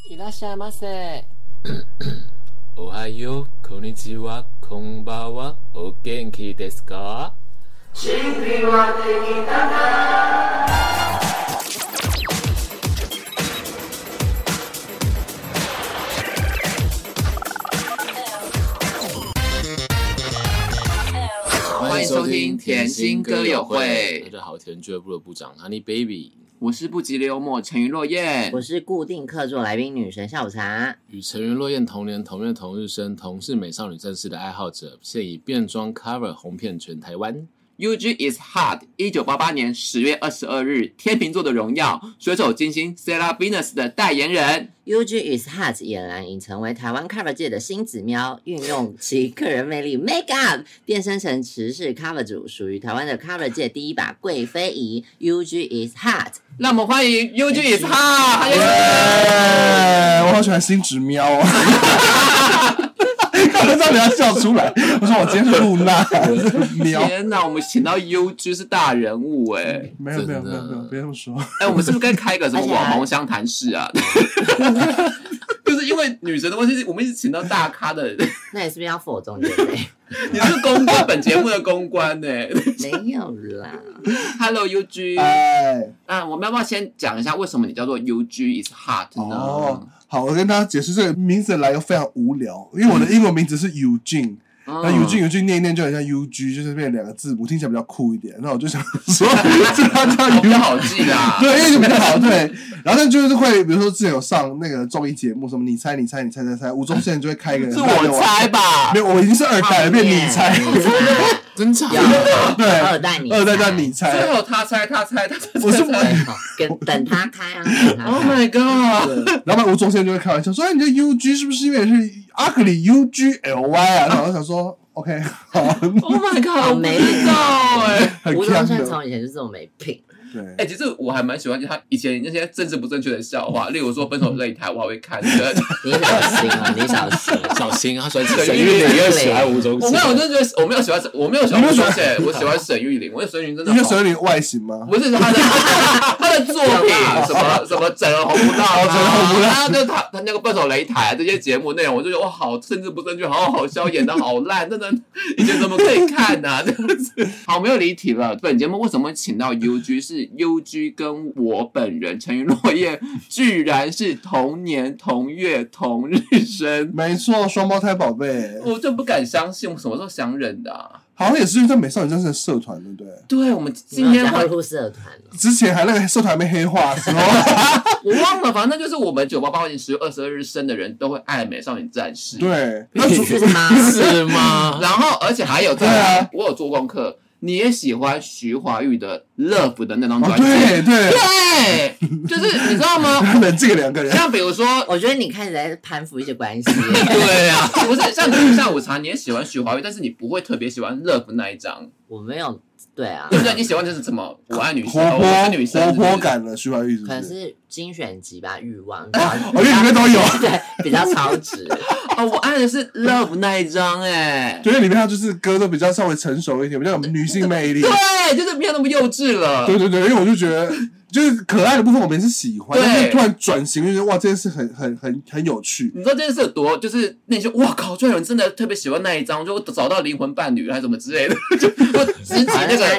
いらっしゃいませ。 おはよう、こんにちは、こんばんは、お元気ですか？ 新品はできたか？ 欢迎收听甜心歌友会。 大家好，甜俱乐部的部长 Honey Baby， 我是不及流沫陈云落叶， 我是固定客座来宾女神下午茶。 与陈云落雁同年同月同日生，同是美少女战士的爱好者，现以变装 cover 红遍全台湾。 UG is hot。1988年10月22日，天秤座的荣耀，水手金星 Sarah Venus 的代言人。 UG is hot 俨然已成为台湾 cover 界的新子喵，运用其个人魅力 make up 变身成持世 cover 主，属于台湾的 cover 界第一把贵妃仪。UG is hot， 让我们欢迎 UG is hot。 我好喜欢新直喵啊！看得到你要笑出来，我说我今天是露娜，喵！ 天哪，我们请到 UG 是大人物哎！ 没有，别这么说。 我们是不是该开个什么网红相谈室啊？就是因为女神的问题，我们一直请到大咖的。 那你是不是要否中间嘞？ 你是公关本节目的公关呢？ 没有啦。 Hello UG， 我们要不要先讲一下为什么你叫做 UG is hot 呢？ 哦，好，我跟大家解释这个名字的来由非常无聊，因为我的英文名字是 Eugene。那Eugene念一念就很像 UG， 就是变两个字母，听起来比较酷一点。那我就想说，这它叫 UG 比较好记啦。 对，因为就比较好。对，然后但就是会，比如说之前有上那个综艺节目，什么你猜，吴宗宪就会开一个人， 是我猜吧？ 没有，我已经是二代了，变你猜。 真假？ 对， 二代叫你猜。 最后他猜， 我是等他开啊。 Oh my god！ 然后吴宗宪就会开玩笑说：“哎，你这 UG 是不是因为是 ugly UGLY 啊？”然后我想说 ，OK， 好。 Oh my god！ 好没品哎， 吴宗宪从以前就这种没品。 对，其实我还蛮喜欢他以前那些政治不正确的笑话，例如说分手擂台，我还会看。你小心， 他喜欢沈玉琳，又喜欢吴宗宪。 我就觉得我没有喜欢吴宗宪，我喜欢沈玉琳。我觉得沈玉琳真的。 因为沈玉琳外形吗？ 不是他的作品，什么整容红不到，他就他那个分手擂台这些节目内容，我就觉得哇，好政治不正确，好笑，演的好烂，真的，以前怎么可以看啊？这样子。好，没有离题了。本节目为什么会请到 UG 是 UG 跟我本人陈云落叶居然是同年同月同日生， 没错，双胞胎宝贝， 我就不敢相信，我什么时候想忍的啊？ 好像也是因为在美少女战士的社团，对不对？ 对，我们今天加入社团了， 之前还那个社团没黑化的时候， 我忘了，反正就是我们988年10月22日生的人都会爱美少女战士， 对， 是吗？ 然后而且还有对啊，我有做功课。你也喜欢徐怀钰的 Love 的那张专辑，对，就是你知道吗？ 冷静两个人， 像比如说， 我觉得你开始在攀附一些关系。 对啊，不是像下午茶，你也喜欢徐怀钰，但是你不会特别喜欢 Love 那一张。 我没有，对啊， 对不对？你喜欢的是什么？我爱女生， 活泼女生， 活泼感的徐怀钰， 可能是精选集吧，欲望， 因为里面都有， 对，比较超值。 我爱的是 Love 那一张， 对，里面它就是歌都比较稍微成熟一点，比较有女性魅力， 对，就是没有那么幼稚了。 对，因为我就觉得。就是可爱的部分我们也是喜欢，但是突然转型就觉得哇，这件事很有趣。 你知道这件事有多？就是那些哇靠，居然有人真的特别喜欢那一张，就找到灵魂伴侣还是什么之类的，就直击那个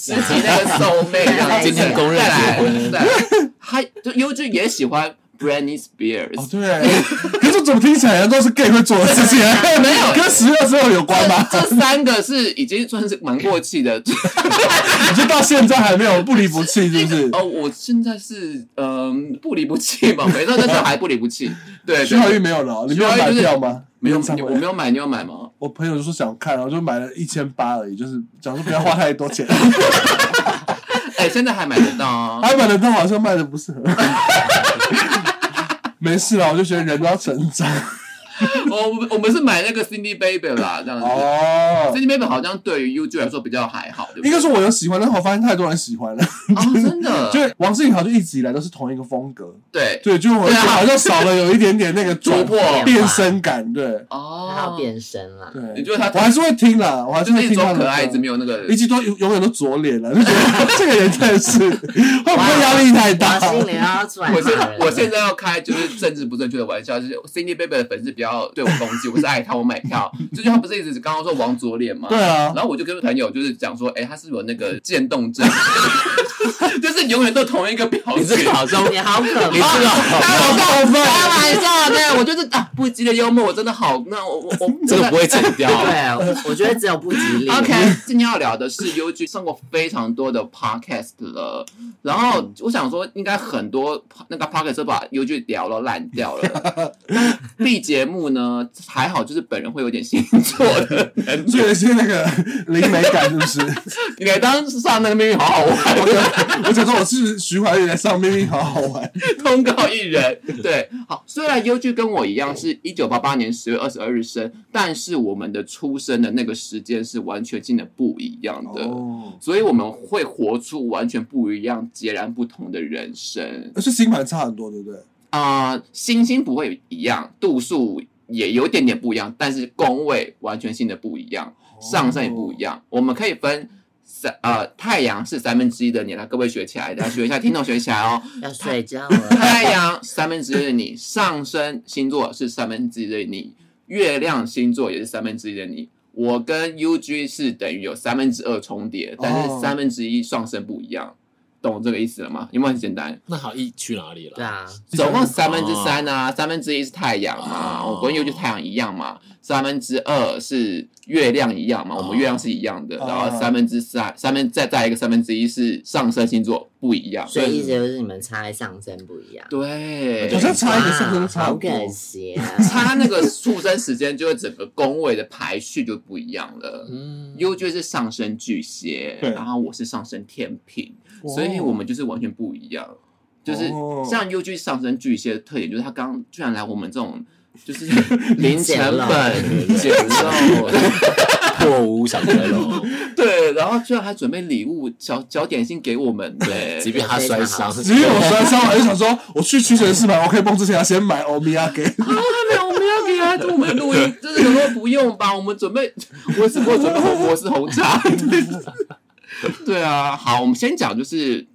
soul mate， 今天公认结婚。 他就UG也喜欢 Britney Spears， 哦对，可是怎么听起来都是 gay 会做的事情？ 没有， 跟10月之后有关吗？ 这3个是已经算是蛮过气的， 你就到现在还没有不离不弃，是不是？ 我现在是不离不弃嘛，没到那时候还不离不弃。对， 徐怀钰没有了，你没有买票吗？ 没有，我没有买，你有买吗？ 我朋友就说想看，然后就买了1800而已，就是讲说不要花太多钱。 现在还买得到啊， 还买得到，好像卖的不是很。没事啦，我就觉得人都要成长。 我们是买那个 Cindy Baby 啦，这样子。 哦 Cindy Baby 好像对于 YouTube 来说比较还好，对不对？ 应该说我有喜欢，但是我发现太多人喜欢了。 真的， 就王诗颖好像一直以来都是同一个风格， 对对，就我好像少了有一点点那个突破变身感，对。 他要变身了。 对， 你觉得他我还是会听啦，我还是就是一会听他的种可爱，一直没有那个。 一直都永远都左脸了，就觉得这个人真的是会不会压力太大？ 我心里要出来骂人。 我现在要开就是政治不正确的玩笑，就是 Cindy Baby 的粉丝不要对我攻击，我是爱他，我买票。就是他不是一直刚刚说往左脸嘛？ 对啊。 然后我就跟朋友就是讲说，他是有那个渐冻症，就是永远都同一个表情。 你这个好像你好可怕！ 你这个好开玩笑的，我就是不羁的幽默，我真的好，那我这个不会剪掉。 对，我觉得只有不吉利。 OK， 今天要聊的是 UG 上过非常多的 podcast 了，然后我想说，应该很多那个 podcast 都把 UG 聊到烂掉了。B 节目呢，还好，就是本人会有点星座的能力， 所以是那个灵媒感，是不是？ 你可以当上那个命运好好玩。 我想说我是徐怀钰来上命运好好玩， 通告艺人。对，好，虽然 UG 跟我一样是1988年10月22日生，但是我们的出生的那个时间是完全性的不一样的，所以我们会活出完全不一样、截然不同的人生。 而且星盘差很多，对不对？ 星星不会一样，度数也有点点不一样，但是宫位完全性的不一样，上升也不一样。我们可以分。太阳是1/3的你，来各位学起来，大家学一下，听众学起来哦。 要睡觉了。 太阳1/3的你，上升星座是1/3的你，月亮星座也是1/3的你。我跟 UG 是等于有2/3重叠，但是1/3上升不一样，懂这个意思了吗？有没有很简单？ 那好，一去哪里了？ 对啊， 总共3/3啊，1/3是太阳嘛，我跟 UG 太阳一样嘛，2/3是月亮一样嘛，我们月亮是一样的，然后3/3再一个1/3是上升星座不一样， 所以意思就是你们差在上升不一样。 对， 好像差一个上升差好不多， 可惜啊！ 差那个出生时间，就会整个宫位的排序就不一样了。UG 是上升巨蟹，然后我是上升天秤，所以我们就是完全不一样。就是像 UG 上升巨蟹的特点，就是他刚居然来我们这种。就是零成本简陋破屋小阁楼， 对，然后居然还准备礼物小点心给我们，对， 即便他摔伤， 只有我摔伤，我就想说，我去屈臣氏买，我可以蹦之前要先买欧米亚给。 没有，我们要给他我们录音，就是想说不用吧，我们准备，我只不过准备博士红茶。对啊，好，我们先讲就是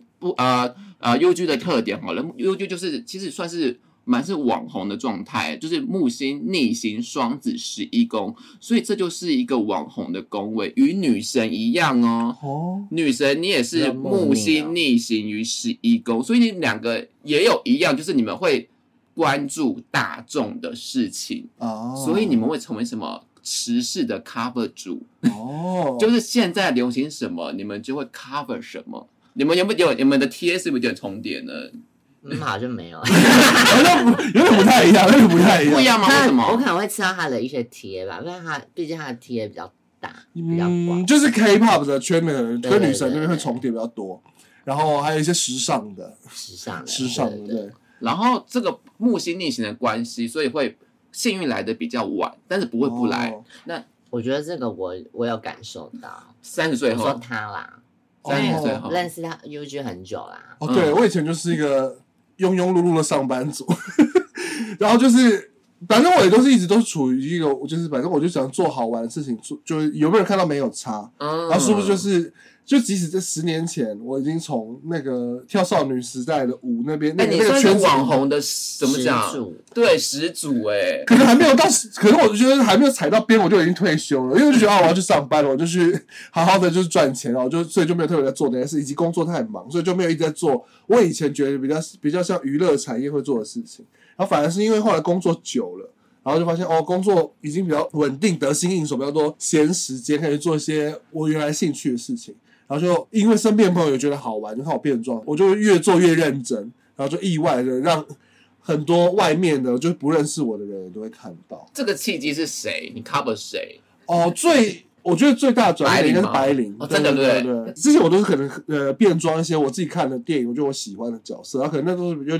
UG 的特点好了 ，UG 就是其实算是。蛮是网红的状态，就是木星逆行双子11宫，所以这就是一个网红的宫位，与女神一样哦。女神你也是木星逆行于11宫，所以你们两个也有一样，就是你们会关注大众的事情，所以你们会成为什么时事的 cover 主就是现在流行什么，你们就会 cover 什么。你们有没有你们的 TA 是不是有点重叠呢？ 好像没有， 有点不太一样，有点不太一样。 不一样吗？为什么？ 我可能会吃到他的一些贴吧，因为毕竟他的贴比较大，比较广。 就是 K-pop 的圈的人跟女神那边会重叠比较多，然后还有一些时尚的，对。 然后这个木星逆行的关系，所以会幸运来的比较晚，但是不会不来。那我觉得这个我有感受到 ，30岁后， 我说他啦 ，30岁后认识他 UG 很久啦。 对，我以前就是一个庸庸碌碌的上班族，然后就是反正我也都是一直都处于一个，就是反正我就想做好玩的事情，就有没有人看到没有差，然后是不是就即使在10年前，我已经从那个跳少女时代的舞那边，那个圈子网红的怎么讲？对，始祖可能还没有到，可是我就觉得还没有踩到边，我就已经退休了，因为我就觉得我要去上班了，我就去好好的就是赚钱，然后所以就没有特别在做这件事，以及工作太忙，所以就没有一直在做我以前觉得比较像娱乐产业会做的事情，然后反而是因为后来工作久了。然后就发现工作已经比较稳定，得心应手，比较多闲时间可以做一些我原来兴趣的事情。然后就因为身边的朋友也觉得好玩，就看我变装，我就越做越认真，然后就意外的让很多外面的就不认识我的人也都会看到。 这个契机是谁？你 cover 谁？ 我觉得最大的转变应该是白灵， 真的对。 之前我都是可能变装一些我自己看的电影，我觉得我喜欢的角色，然后可能那都是有点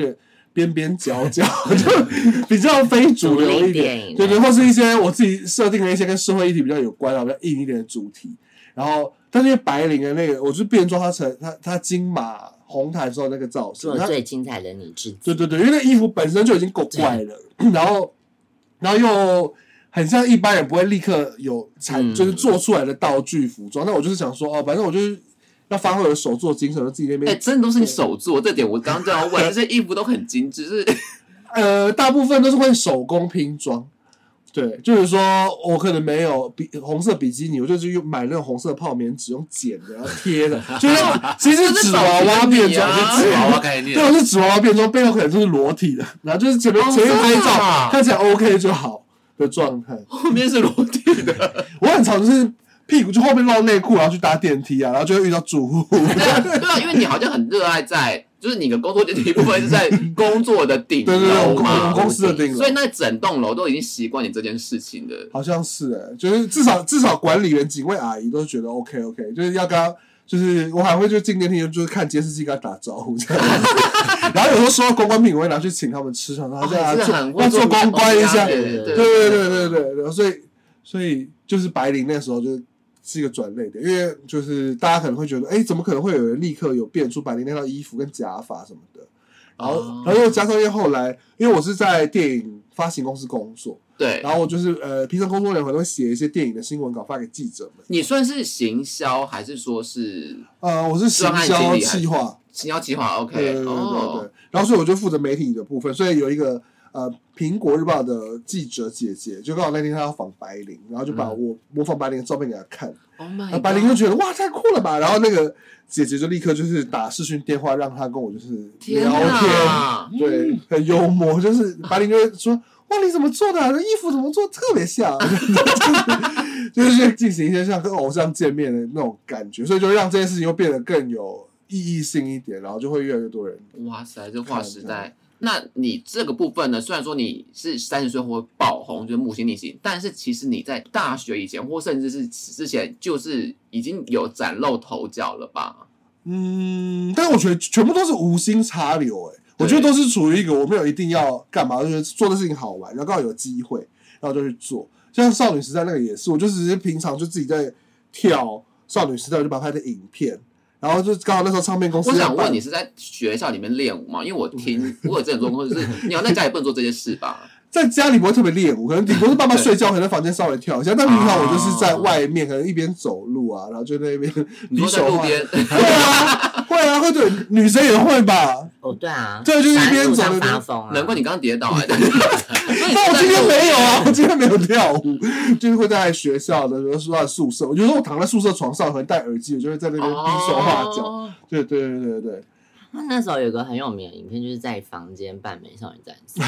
边边角角，就比较非主流一点，对，或是一些我自己设定的一些跟社会议题比较有关比较硬一点的主题。然后，但是因为白灵的那个，我就是变装他金马红毯之后那个造型， 做最精彩的你自己。 对，因为那衣服本身就已经够怪了，然后又很像一般人不会立刻有就是做出来的道具服装。那我就是想说，反正我就是要发挥我的手作精神，自己那边。 真的都是你手做，这点我刚刚正要问，这些衣服都很精致，是大部分都是会手工拼装。对，就是说我可能没有红色比基尼，我就是买那种红色泡棉纸，用剪的，然后贴的，就是其实纸娃娃变装， 纸娃娃概念， 对，我是纸娃娃变装，背后可能就是裸体的，然后就是前面拍照看起来 OK 就好的状态， 后面是裸体的。 我很常就是屁股就后面露内裤，然后去搭电梯啊，然后就会遇到住户。 对啊，因为你好像很热爱在。就是你的工作的一部分是在工作的顶楼嘛， 公司的顶楼， 所以那整栋楼都已经习惯你这件事情的。 好像是就是至少管理员、警卫阿姨都觉得 OK， 就是要跟他，就是我还会就进电梯就是看监视器跟他打招呼这样子，然后有时候收到公关品我会拿去请他们吃，然后要做公关一下，对，所以就是白灵那时候就是一个转捩点，因为就是大家可能会觉得，怎么可能会有人立刻有变出白灵那套衣服跟假发什么的，然后又加上因为后来，因为我是在电影发行公司工作， 对， 然后我就是平常工作人员会写一些电影的新闻稿发给记者们。 你算是行销还是说是？ 我是行销企划 ，OK， 对，然后所以我就负责媒体的部分，所以有一个。苹果日报的记者姐姐就刚好那天她要访白灵，然后就把我模仿白灵的照片给她看，然后白灵就觉得哇太酷了吧，然后那个姐姐就立刻就是打视讯电话让她跟我就是聊天，对，很幽默，就是白灵就会说哇你怎么做的啊，衣服怎么做特别像，就是进行一些像跟偶像见面的那种感觉，所以就让这件事情又变得更有意义性一点，然后就会越来越多人。 哇塞，这划时代。那你这个部分呢？虽然说你是30岁会爆红，就是木星逆行，但是其实你在大学以前，或甚至是之前，就是已经有崭露头角了吧？ 但是我觉得全部都是无心插柳，我觉得都是处于一个我没有一定要干嘛，就是做的事情好玩，然后刚好有机会，然后就去做。像少女时代那个也是，我就只是平常就自己在跳少女时代，我就把它拍成影片。然后就刚好那时候唱片公司， 我想问你是在学校里面练舞吗？因为我有这种状况，就是你要在家里不能做这些事吧？ 在家里不会特别练舞，可能顶多是爸爸睡觉，可能在房间稍微跳一下。但平常我就是在外面，可能一边走路啊，然后就那边比手画。 会啊，会对女生也会吧？ 对啊， 对，就是一边走发疯啊。 难怪你刚刚跌倒但我今天没有啊，我今天没有跳舞，就是会在学校的，比如说在宿舍，有时候我躺在宿舍床上，可能戴耳机，我就会在那边比手画脚。对。 那时候有个很有名的影片，就是在房间扮美少女战士。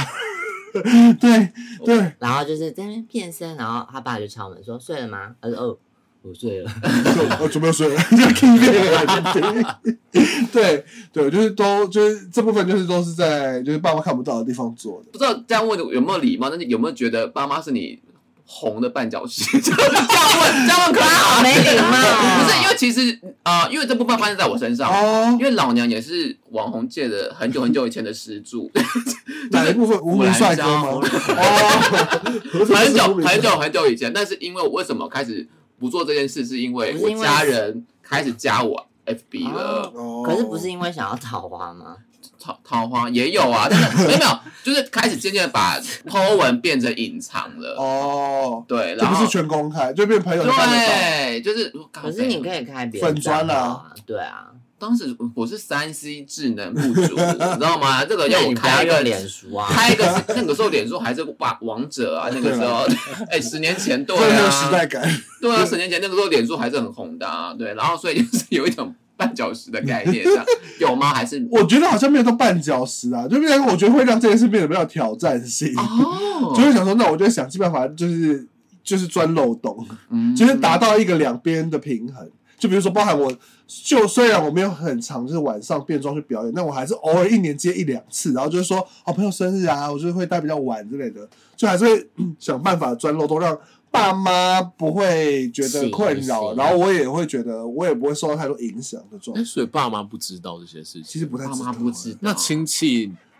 对， 然后就是在那边变身，然后他爸就敲门说：“睡了吗？”他说：“我睡了。” 准备睡了，对，就是这部分都是在就是爸妈看不到的地方做的。 不知道这样问有没有礼貌？但是有没有觉得爸妈是你红的绊脚石？这样问可能好没礼貌。 不是因为其实因为这部分发生在我身上，因为老娘也是网红界的很久以前的始祖。 哪一部分？无名帅哥吗？ 很久以前，但是因为我为什么开始不做这件事，是因为我家人开始加我 FB 了。 可是不是因为想要桃花吗？ 桃花也有啊，但是没有，就是开始渐渐把 po 文变成隐藏了。对，然后这不是全公开，就变朋友看得到。 对，就是。 可是你可以开别人粉专啊， 对啊。 当时我是3C 智能不足，你知道吗？这个要我开一个脸书啊， 开一个那个时候脸书还是王者啊，那个时候10年前对啊， 时代感。 对啊，10年前那个时候脸书还是很红的啊，对，然后所以就是有一种绊脚石的概念，这样有吗？还是我觉得好像没有到绊脚石啊，就变成我觉得会让这件事变得比较挑战性，就会想说，那我就想尽办法，就是钻漏洞，就是达到一个两边的平衡。就比如说，包含虽然我没有很常就是晚上变装去表演，但我还是偶尔1年接1-2次，然后就是说朋友生日啊，我就会待比较晚之类的，就还是会想办法钻漏洞，让爸妈不会觉得困扰，然后我也会觉得我也不会受到太多影响的状态。 所以爸妈不知道这些事情， 其实不太知道。 爸妈不知道。 那亲戚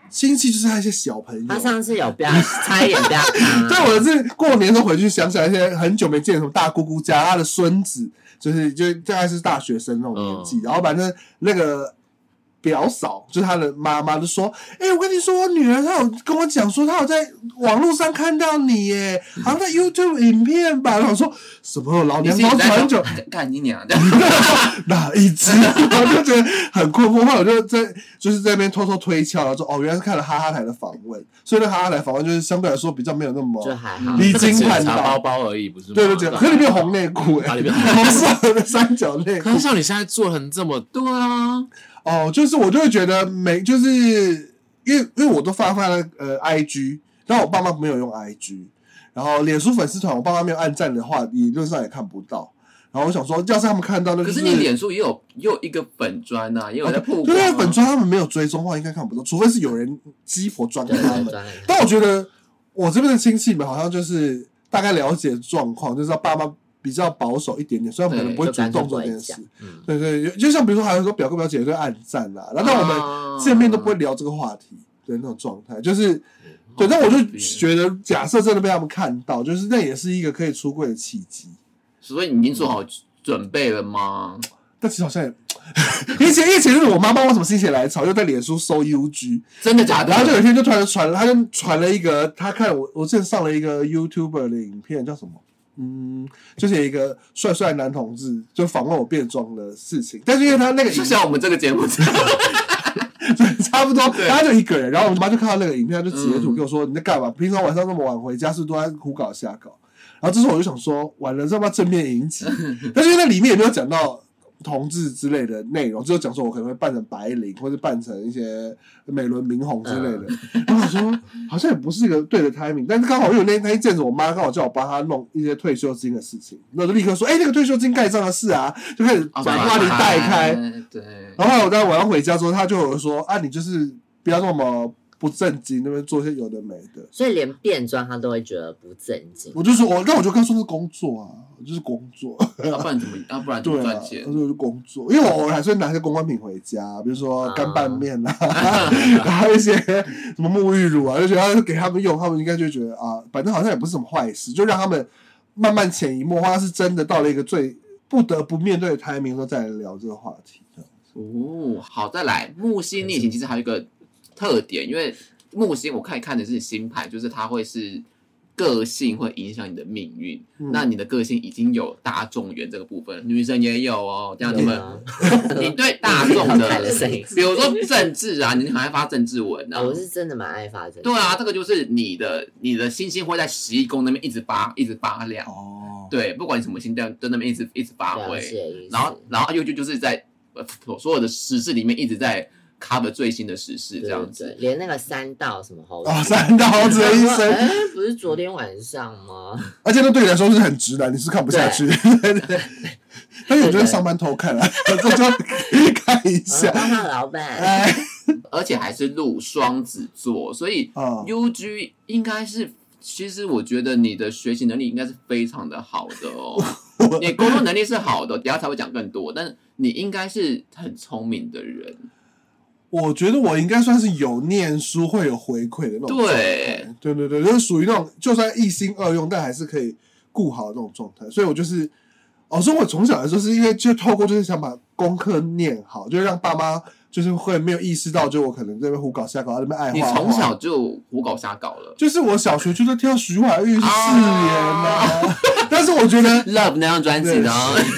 亲戚就是他一些小朋友。 他上次有差一点不要他。 对，我是过年的时候回去想起来一些很久没见的什么大姑姑家，他的孙子就大概是大学生那种年纪，然后反正那个表嫂就是他的妈妈就说：“我跟你说，我女儿她有跟我讲说，她有在网络上看到你耶，好像在 YouTube 影片吧。”然后我说：“什么老娘搞很久， 干你娘！” 哪一只？我就觉得很困惑。后来我就是在那边偷偷推敲，然后说：“哦，原来是看了哈哈台的访问，所以那哈哈台访问就是相对来说比较没有那么就还好离经叛道， 包包而已，不是吗？ 对，可是里面有红内裤里面红色的三角内裤。 可是像你现在做成这么对啊。 就是我就会觉得就是因为我都发了IG， 然后我爸妈没有用 IG， 然后脸书粉丝团我爸妈没有按赞的话，理论上也看不到。然后我想说，要是他们看到那，可是你脸书也有一个粉专啊，也有在曝光。 对，粉专他们没有追踪的话，应该看不到，除非是有人鸡婆专给他们。但我觉得我这边的亲戚们好像就是大概了解状况，就是爸妈比较保守一点点，所以他们可能不会主动做这件事。对，就像比如说还有说表哥表姐也会按赞啦，然后我们见面都不会聊这个话题的那种状态，就是对。但我就觉得，假设真的被他们看到，就是那也是一个可以出柜的契机。 所以你已经做好准备了吗？ 但其实好像也，以前是我妈帮我什么心血来潮，又在脸书搜 UG， 真的假的？ 然后就有一天就突然他就传了一个，他看我之前上了一个 YouTuber 的影片，叫什么？就是有一个帅帅男同志就访问我变装的事情，但是因为他那个就像我们这个节目对，差不多，他就一个人，然后我妈就看到那个影片，他就截图给我说：“你在干嘛？平常晚上那么晚回家，是不是都在胡搞瞎搞？”然后这时候我就想说，完了，这要不要正面迎击？但是因为那里面也没有讲到同志之类的内容，只有讲说我可能会扮成白领，或者扮成一些美轮明宏之类的。然后我说好像也不是一个对的 timing， 但是刚好因为那一阵子我妈刚好叫我帮她弄一些退休金的事情，那我就立刻说：“那个退休金盖章的事啊！”就开始把话题带开。 对。 然后我当晚上回家之后，她就有说：“啊，你就是不要那么不正经，那边做一些有的没的。” 所以连变装他都会觉得不正经。 我就说，那我就跟他说是工作啊，就是工作。 要不然怎么赚钱？ 我说就工作，因为我还是会拿些公关品回家，比如说干拌面啊，然后一些什么沐浴乳啊，就觉得给他们用，他们应该就觉得啊，反正好像也不是什么坏事，就让他们慢慢潜移默化，是真的到了一个最不得不面对的 timing 时候再来聊这个话题。 好，再来木星逆行，其实还有一个特点，因为木星我看的是星盘，就是它会是个性会影响你的命运。那你的个性已经有大众缘这个部分，女生也有哦。这样你对大众的，比如说政治啊，你很爱发政治文啊。 我是真的蛮爱发政治。 对啊，这个就是你的星星会在11宫那边一直发亮。对，不管你什么星在那边一直发挥。然后又就是在所有的时事里面一直在cover最新的时事这样子。 对，连那个三道什么猴子三道猴子的医生， 不是昨天晚上吗？ 而且那对你来说是很直男，你是看不下去。对。但是我觉得上班偷看啊，这就看一下。 帮他老板。 而且还是入双子座，所以 UG 应该是，其实我觉得你的学习能力应该是非常的好的哦。你沟通能力是好的，等一下才会讲更多，但是你应该是很聪明的人。 我觉得我应该算是有念书会有回馈的那种状态。对，就是属于那种就算一心二用，但还是可以顾好的那种状态。所以我就是所以我从小来说是因为就透过就是想把功课念好，就让爸妈就是会没有意识到，就我可能在那边胡搞瞎搞，在那边爱画画。 你从小就胡搞瞎搞了？ 就是我小学就在跳徐怀钰4年啊，但是我觉得 Love 那张专辑呢，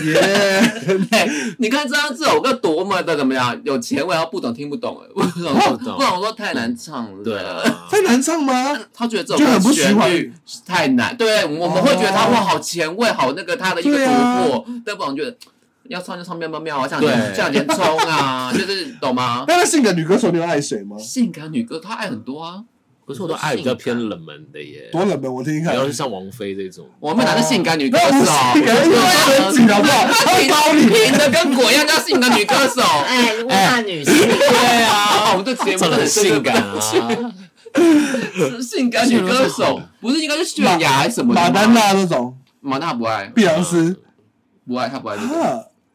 你看这首歌多么的怎么样，有前卫，然后不懂听不懂，不懂说太难唱了， 对啊， 太难唱吗？ 他觉得这首歌旋律太难，对，我们会觉得他哇好前卫，好那个他的一个突破，但不懂觉得。要唱就唱喵喵喵啊，向前冲啊，就是懂吗？ 那性感女歌手你有爱谁吗？ 性感女歌她爱很多啊， 可是我都爱比较偏冷门的耶。 多冷门？我听听看。 比较是像王菲这种。 我们拿的性感女歌手， 性感女歌手紧好不好？她平的跟鬼一样，叫性感女歌手。 大女性。 对啊，我们这节目很性感啊。 性感女歌手不是应该是泫雅还是什么？ 马丹娜那种。 马丹娜不爱。 碧昂斯。 不爱，他不爱这个。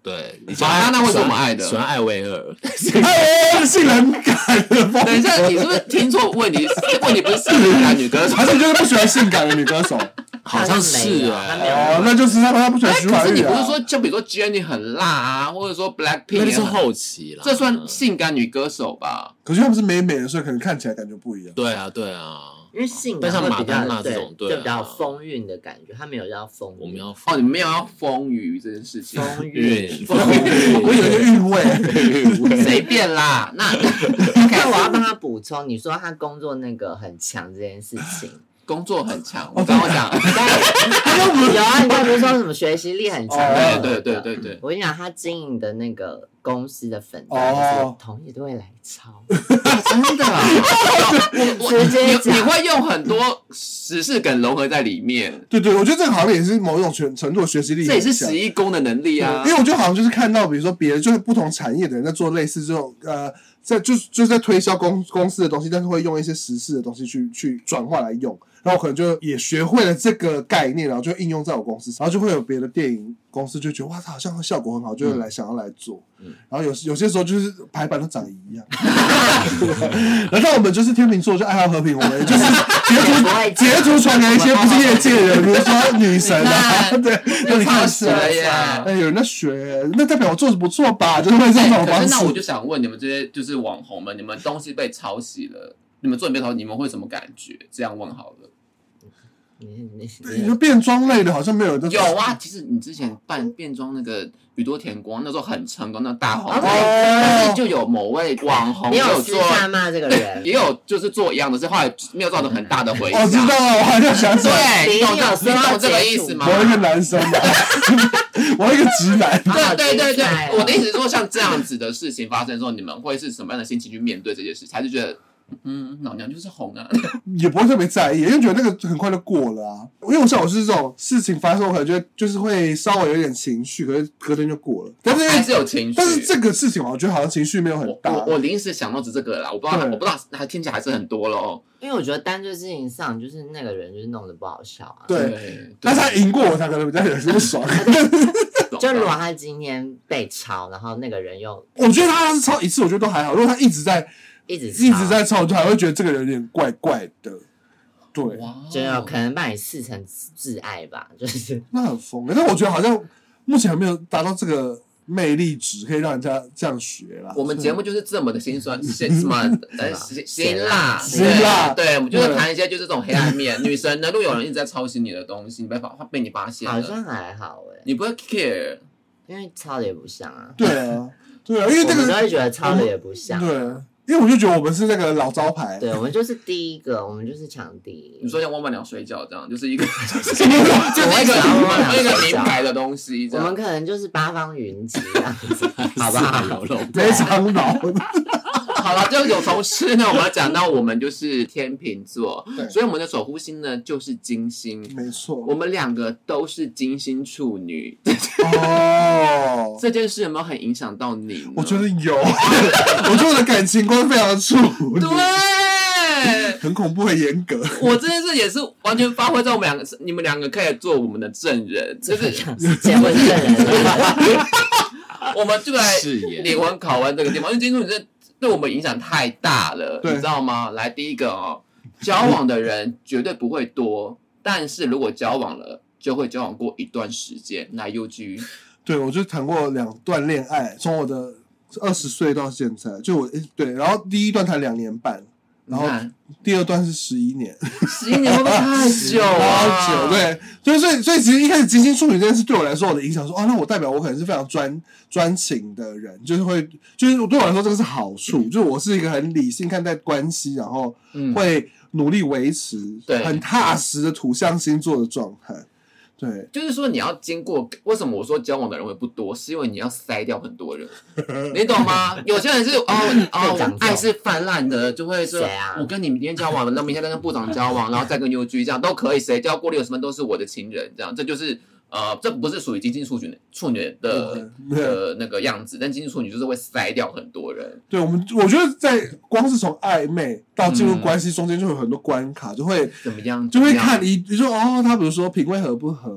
对， 那为什么爱的？ 喜欢艾薇儿， 性冷感的风格。 等一下，你是不是听错问题？问题不是性感女歌手， 还是你就是不喜欢性感的女歌手？ 好像是他没有那就是他不喜欢徐可是怀钰啊。 你不是说，就比如说 Jennie 很辣啊，或者说 Blackpink 那是后期啦， 这算性感女歌手吧？ 可是他们是美美的，所以可能看起来感觉不一样。 对啊，对啊， 因为性感会比但像马丹较对， 娜这种，对啊就比较风韵的感觉，他没有要风韵， 我们要哦，你们没有要风雨这件事情， 风韵韵， 我有一个韵味。 随便啦。那那我要帮他补充，你说他工作那个很强这件事情， 工作很强，我刚刚讲， 有啊，你刚才不是说什么学习力很强？ 对， 我跟你讲，他经营的那个公司的粉单，就是同业都会来抄， 真的啊， 直接讲你会用很多时事梗融合在里面， 对，我觉得这个好像也是某种程度的学习力， 这也是实一公的能力啊。 因为我就好像就是看到，比如说别人就是不同产业的人在做类似这种就是在推销公司的东西，但是会用一些时事的东西去转化来用。然后我可能就也学会了这个概念，然后就应用在我公司，然后就会有别的电影公司就觉得哇，它好像效果很好，就会想要来做。然后有些时候就是排版都长一样。然后我们就是天秤座，就爱好和平，我们就是截图传给一些不是业界人，比如说女神啊，对，那你看是了耶， 有人在学，那代表我做的不错吧？就是会这种方式。 可是那我就想问你们这些就是网红们，你们东西被抄袭了，你们做你被抄袭，你们会什么感觉？这样问好了。 你说变装类的，好像没有人在有啊，其实你之前办变装那个宇多田光，那时候很成功，那大红，但是就有某位网红你有私做下骂这个人， 也有就是做一样的事，后来没有造成很大的回响。 我知道了，我好像想起来， 对，你懂这个意思吗？ 我一个男生嘛，我一个直男。 对，我的意思是说，像这样子的事情发生的时候，你们会是什么样的心情去面对这件事？还是觉得？老娘就是红啊， 也不会特别在意，因为觉得那个很快就过了啊。因为我是这种事情发生，我可能觉得就是会稍微有点情绪，可是隔天就过了。但是还是有情绪， 但是这个事情我觉得好像情绪没有很大。 我临时想到只这个啦，我不知道，还听起来还是很多咯。 因为我觉得单这事情上，就是那个人就是弄得不好笑啊。 对，但是他赢过我才可能比较有这么爽。 就如果他今天被抄，然后那个人又， 我觉得他要是抄一次，我觉得都还好。如果他一直在抄，我就还会觉得这个人有点怪怪的。对， 就有可能把你视成挚爱吧，就是那很疯。但我觉得好像目前还没有达到这个魅力值，可以让人家这样学啦。 我们节目就是这么的辛酸，什么辛辣，对，我们就是谈一些就是这种黑暗面。女神呢，如果有人一直在抄袭你的东西，被你发现了， 好像还好你不会 care， 因为抄的也不像啊。 对啊，因为这个我们都会觉得抄的也不像。 对。因为我就觉得我们是那个老招牌， 对，我们就是第一个，我们就是抢第一。 你说像汪半鸟水饺这样，就是一个就是一个名牌的东西， 我们可能就是八方云集这样子，好不好？ 非常老。 好了，就有从事呢，我们要讲到我们就是天秤座，所以我们的守护星呢就是金星， 没错， 我们两个都是金星处女。 哦， 这件事有没有很影响到你？ 我觉得有，我觉得我的感情观非常处女， 对， 很恐怖，很严格。 我这件事也是完全发挥在你们两个可以做我们的证人，就是结婚证人。 我们就来灵魂拷问这个地方，因为金星处女对我们影响太大了，你知道吗？来，第一个交往的人绝对不会多，但是如果交往了，就会交往过一段时间。来 UG， 对，我就谈过2段恋爱，从我的20岁到现在，就我对，然后第一段谈2年半，然后第二段是11年 ，11年会不会太久啊？ 太久，对，所以其实一开始金星处女这件事对我来说，我的影响说，那我代表我可能是非常专情的人，就是对我来说这个是好处，就是我是一个很理性看待关系，然后会努力维持很踏实的土象星座的状态。对， 就是说你要经过，为什么我说交往的人会不多，是因为你要筛掉很多人，你懂吗？有些人是爱是泛滥的，就会说，我跟你明天交往了，那明天再跟部长交往，然后再跟UG这样都可以，谁交过60分都是我的情人，这样，这就是这不是属于金星处女的那个样子，但金星处女就是会筛掉很多人。 对，我觉得在光是从暧昧到进入关系中间就有很多关卡，就会怎么样， 就会看你说他比如说品味合不合，然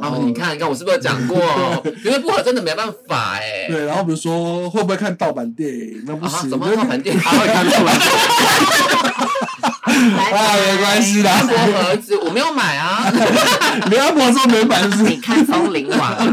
哦，你看我是不是有讲过？因为不合真的没办法哎。 对，然后比如说会不会看盗版电影？那不行， 什么盗版电影？ 他会看盗版电影。 没关系的。 我儿子我没有买啊， 你阿婆说没买，就是你看风铃网，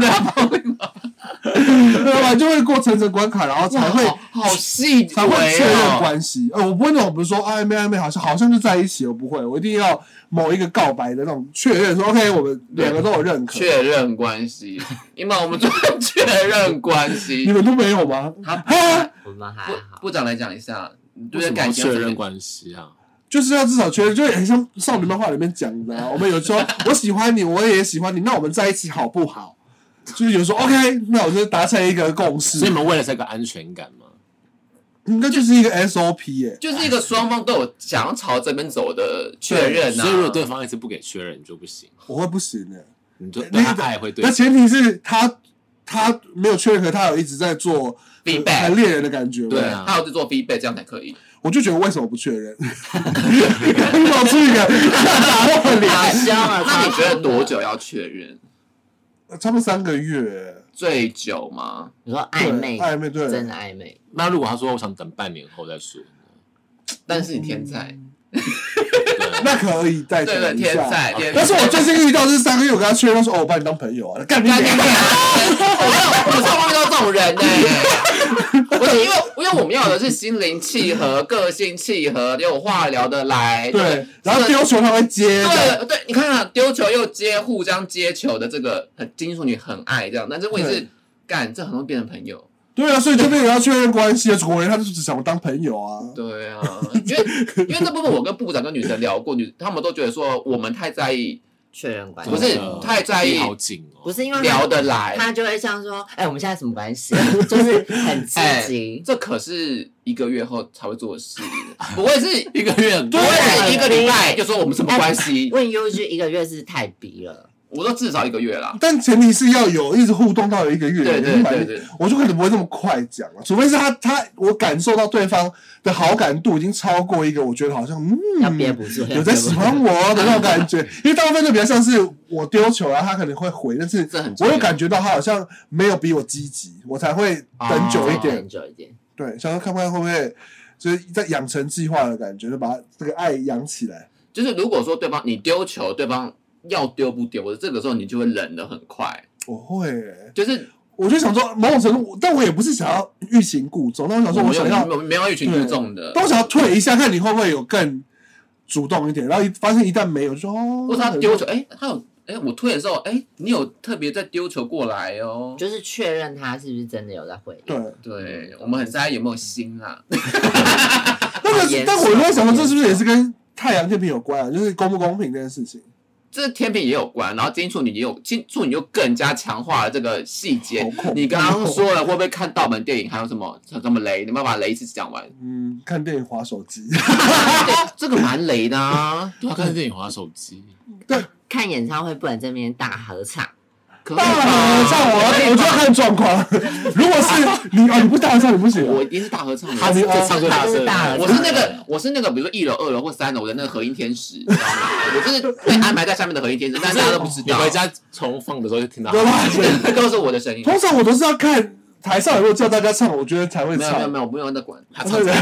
对吧？就会过层层关卡，然后才会好细才会确认关系。我不会那种，比如说暧昧好像就在一起，我不会，我一定要某一个告白的那种确认，说 OK， 我们两个都有认可， 确认关系。因为我们做确认关系， 你们都没有吗？ 我们还好。 部长来讲一下， 为什么要确认关系啊？ 就是要至少确认，就很像少女漫画里面讲的啊。我们有说我喜欢你，我也喜欢你，那我们在一起好不好？就是有说 OK， 那我就达成一个共识。 所以你们为了这个安全感吗？ 应该就是一个 SOP 耶， 就是一个双方都有想要朝这边走的确认啊。 所以如果对方一直不给确认，你就不行。 我会不行的， 你就对他爱会对。 那前提是他没有确认，可他有一直在做 feedback， 恋人的感觉。 对啊，他有在做 feedback， 这样才可以。 我就觉得为什么不确认？露出一个打到的脸。 那你觉得多久要确认？ 差不多3个月。 最久吗？ 你说暧昧， 对， 真的暧昧。 那如果他说我想等半年后再说， 但是你天才， 那可以再等一下。 天才。 但是我最近遇到是3个月，我跟他确认说，我把你当朋友啊，干你娘！ 我超遇到这种人呢。因为我们要的是心灵契合、个性契合，有话聊得来。 对，然后丢球他会接。 对，你看啊，丢球又接，互相接球的这个很金属女很爱这样，但是问题是，干这很容易变成朋友。 对啊，所以就变成要确认关系啊。果然他就只想当朋友啊。 对啊，因为这部分我跟部长跟女神聊过，他们都觉得说我们太在意确认关系， 不是太在意， 好紧哦， 不是因为聊得来， 他就会像说，我们现在什么关系？就是很刺激。 这可是1个月后才会做的事，不会是 1个月， 不会是1个礼拜就说我们什么关系？ 问 UG 1个月是太逼了。 我说至少1个月啦， 但前提是要有一直互动到1个月。 对， 我就可能不会这么快讲了，除非是我感受到对方的好感度已经超过一个，我觉得好像要憋不住， 有在喜欢我的那种感觉。因为大部分就比较像是我丢球啊，他可能会回，但是我有感觉到他好像没有比我积极，我才会等久一点。对，想说看看会不会就是在养成计划的感觉，就把这个爱养起来。 就是如果说对方你丢球，对方要丢不丢的，这个时候你就会冷得很快。 我会， 就是我就想说某种程度，但我也不是想要欲擒故纵，但我想说我想要没有欲擒故纵的， 但我想要退一下，看你会不会有更主动一点，然后发现一旦没有，就说或者他丢球，他有。我退的时候，你有特别在丢球过来哦， 就是确认他是不是真的有在回应。 对，我们很在意有没有心啊。 但我在想说，这是不是也是跟太阳天平有关啊？就是公不公平这件事情。 这天平也有关，然后金处女也有，金处女又更加强化了这个细节。你刚刚说了会不会看盗版电影，还有什么雷？你们把雷一次讲完。 看电影滑手机， 这个蛮雷的啊。 对啊，看电影滑手机。 对， 看演唱会不能这边大合唱。 大合唱我就要看状况。如果是你不大合唱你不行， 我一定是大合唱的。 他是唱最大声， 我是那个，比如说1楼、2楼或3楼的那个合音天使，你知道吗？我就是被安排在下面的合音天使，但大家都不知道。 你回家重放的时候就听到， 那都是我的声音。 通常我都是要看台上有没有叫大家唱，我觉得才会唱。 没有，我不用在管。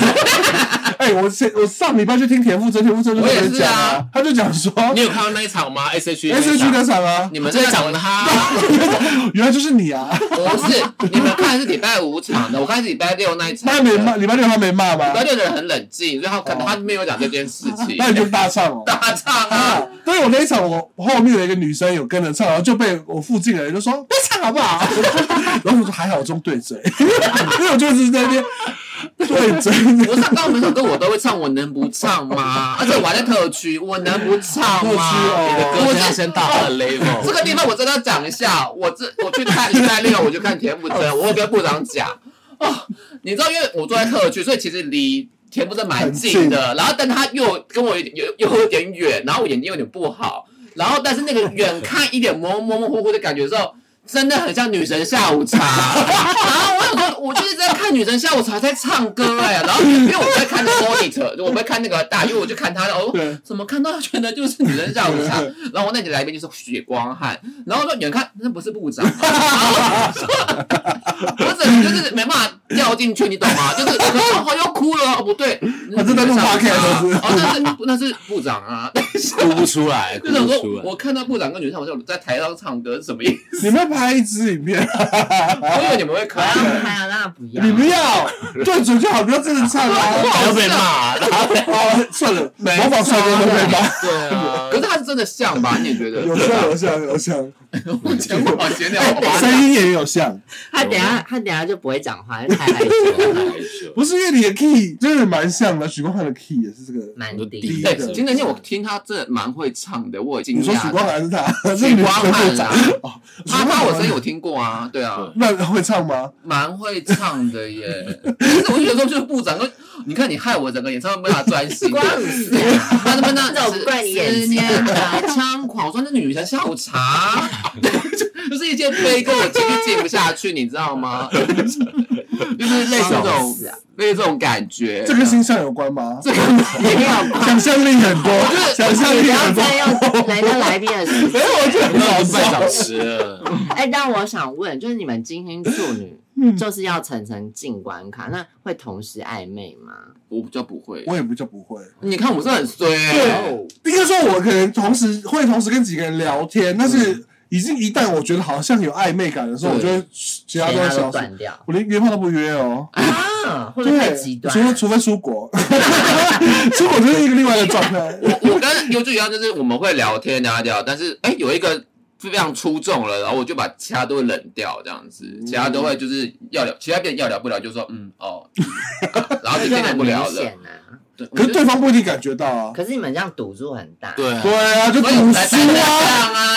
我上礼拜去听田馥甄就在讲啊，他就讲说， 你有看到那一场吗 ？S.H.E 那场啊， 你们在讲他， 原来就是你啊！ 不是，你们看的是礼拜5场的，我看是礼拜6那一场。 他没骂，礼拜6他没骂吗？ 礼拜6的人很冷静，所以他没有讲这件事情。 那你就大唱哦， 大唱啊！ 对，我那一场我后面的一个女生有跟着唱，然后就被我附近的人就说别唱好不好？然后我说还好，我中对嘴，因为我就是在那边对嘴。 我唱刚每首歌我都会唱，我能不唱吗？而且我还在特区，我能不唱吗？ 你的歌声先到了 level。 这个地方我真的要讲一下，我去看礼拜6，我就看田馥甄，我会跟部长讲你知道，因为我坐在特区，所以其实离田馥甄蛮近的，然后但他又跟我有点远，然后我眼睛有点不好，然后但是那个远看一点模糊的感觉的时候，真的很像女神下午茶。然后我我就是在看女生下午茶在唱歌哎，然后因为我在看那个 monitor， 我在看那个大，因为我就看他，怎么看到觉得就是女生下午茶，然后我那集来宾就是血光汗，然后说远看那不是部长吗？我整个就是没办法掉进去，你懂吗？就是我又哭了，不对， 他正在录 podcast， 那是部长啊， 哭不出来， 就想说我看到部长跟女生我在台上唱歌是什么意思？ 你们拍一支影片， 我以为你们会看， 拍啊，那不要， 你不要对准就好，不要真的唱啊， 要被骂， 算了，模仿帅哥都被骂。 对啊， 可是他是真的像吧？你也觉得？ 有像， 我前往闲聊， 声音也有像。 他等下就不会讲话，太害羞了。 不是因为你的 key 真的蛮像的，许光汉的 key 也是这个蛮低低的。 的。 今天我听他真的蛮会唱的，我已经你说许光汉还是他？ 许光汉啦， 他我声音有听过啊，对啊， 那会唱吗？ 蛮会唱的耶。可是我有时候就是部长，你看你害我整个演唱会没法专心。 关我事啊！ 那这怪你眼睛。 思念还猖狂，我说那女生下午茶，就是一件悲歌，我继续接不下去，你知道吗？就是类似这种感觉。 这跟星象有关吗？ 这个没有关， 想象力很多，想象力很多。 不要再用人家来宾的时间。 没有，我觉得很好半笑。 小时了。 但我想问，就是你们金星处女，就是要层层进关卡，那会同时暧昧吗？ 我就不会， 我也不会。 你看我是很衰， 应该说，我可能同时跟几个人聊天，但是一旦我觉得好像有暧昧感的时候，我就会其他都会消失掉。 我连约炮都不约哦。 啊，会不会太极端？ 除非出国，出国就是一个另外的状态。 我跟优助一样，就是我们会聊天聊一聊，但是有一个非常出众了，然后我就把其他都会冷掉这样子，其他都会就是要聊，其他变要聊不聊就说然后就渐渐不聊了。 可是对方不一定感觉到啊。 可是你们这样赌注很大。 对啊，就赌输啊！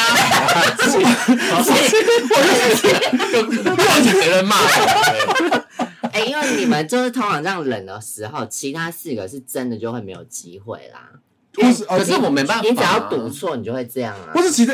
我别人骂。 因为你们就是通常这样冷的时候，其他4个是真的就会没有机会啦。 可是我没办法， 你只要赌错，你就会这样啊。 或是其他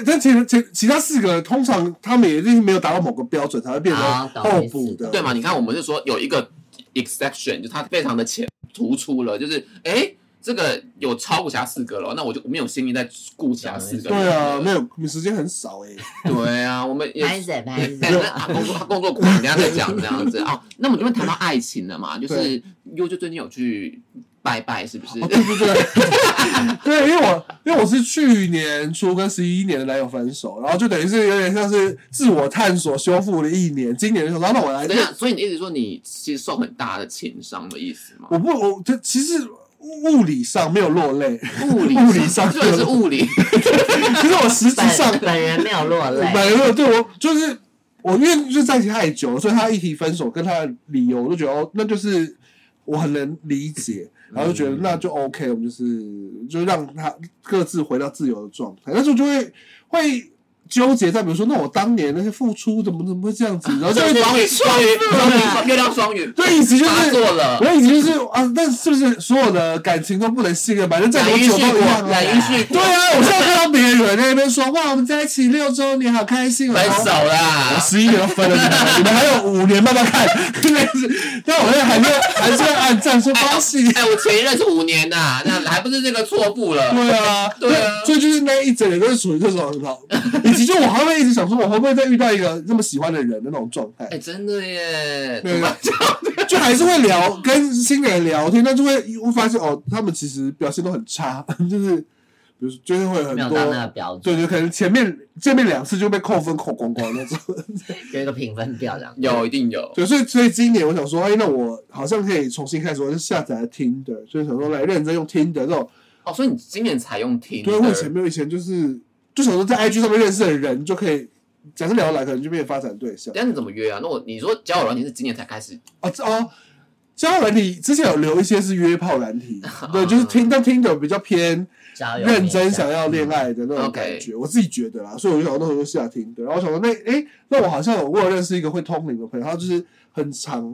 4个，通常他们也一定没有达到某个标准，才会变成候补的， 对嘛？你看，我们是说有一个 exception， 就它非常的突出了，就是这个有超过其他4个了，那我没有心力再顾其他4个。 对啊，没有时间很少对啊，我们也拍谁， 工作狂，等一下再讲这样子啊。那我们就会谈到爱情了嘛，就是就最近有去拜拜，是不是？ 对，因为我是去年初跟11年的男友分手，然后就等于是有点像是自我探索修复了1年，今年的时候，然后我来。 等一下，所以你一直说你其实受很大的情伤的意思吗？ 我其实物理上没有落泪， 物理上就是物理， 其实我实质上本人没有落泪， 对我就是我因为就在一起太久了，所以他一提分手跟他的理由，我就觉得那就是我很能理解。然后就觉得那就 OK， 我们就让他各自回到自由的状态。但是我就会纠结在，比如说，那我当年那些付出怎么会这样子？然后就会双鱼，月亮双鱼， 对，意思就是做了， 我的意思就是啊，但是不是所有的感情都不能信任？反正再多久都一样啊。对啊，我现在看到别人在那边说哇，我们在一起6周年，好开心， 分手啦！ 我11年都分了，你们还有5年慢慢看，真的是。但我还是会按赞说恭喜。 我前一任是5年呐，那还不是那个错付了？ 对啊，所以就是那一整年都是属于这种很好。以及就我还会一直想说，我会不会再遇到一个那么喜欢的人的那种状态？ 真的耶！ 对，就还是会跟新人聊天，但就会发现他们其实表现都很差，就是比如说就是会有很多没有到那个标准， 对，可能前面见面2次就被扣分扣光光那种， 有一个评分表这样，一定有。 对，所以今年我想说，那我好像可以重新开始，我就下载了 Tinder， 所以想说来认真用 Tinder 这种。 所以你今年才用 Tinder？ 对，我以前就想说在 IG 上面认识的人就可以，假设聊得来，可能就变发展对象。 但你怎么约啊？你说交友软体是今年才开始？ 交友软体之前有留一些是约炮软体，对，就是但Tinder比较偏认真想要恋爱的那种感觉，我自己觉得啦，所以我就想那时候就下Tinder，然后我想说那我好像有认识一个会通灵的朋友，他就是很常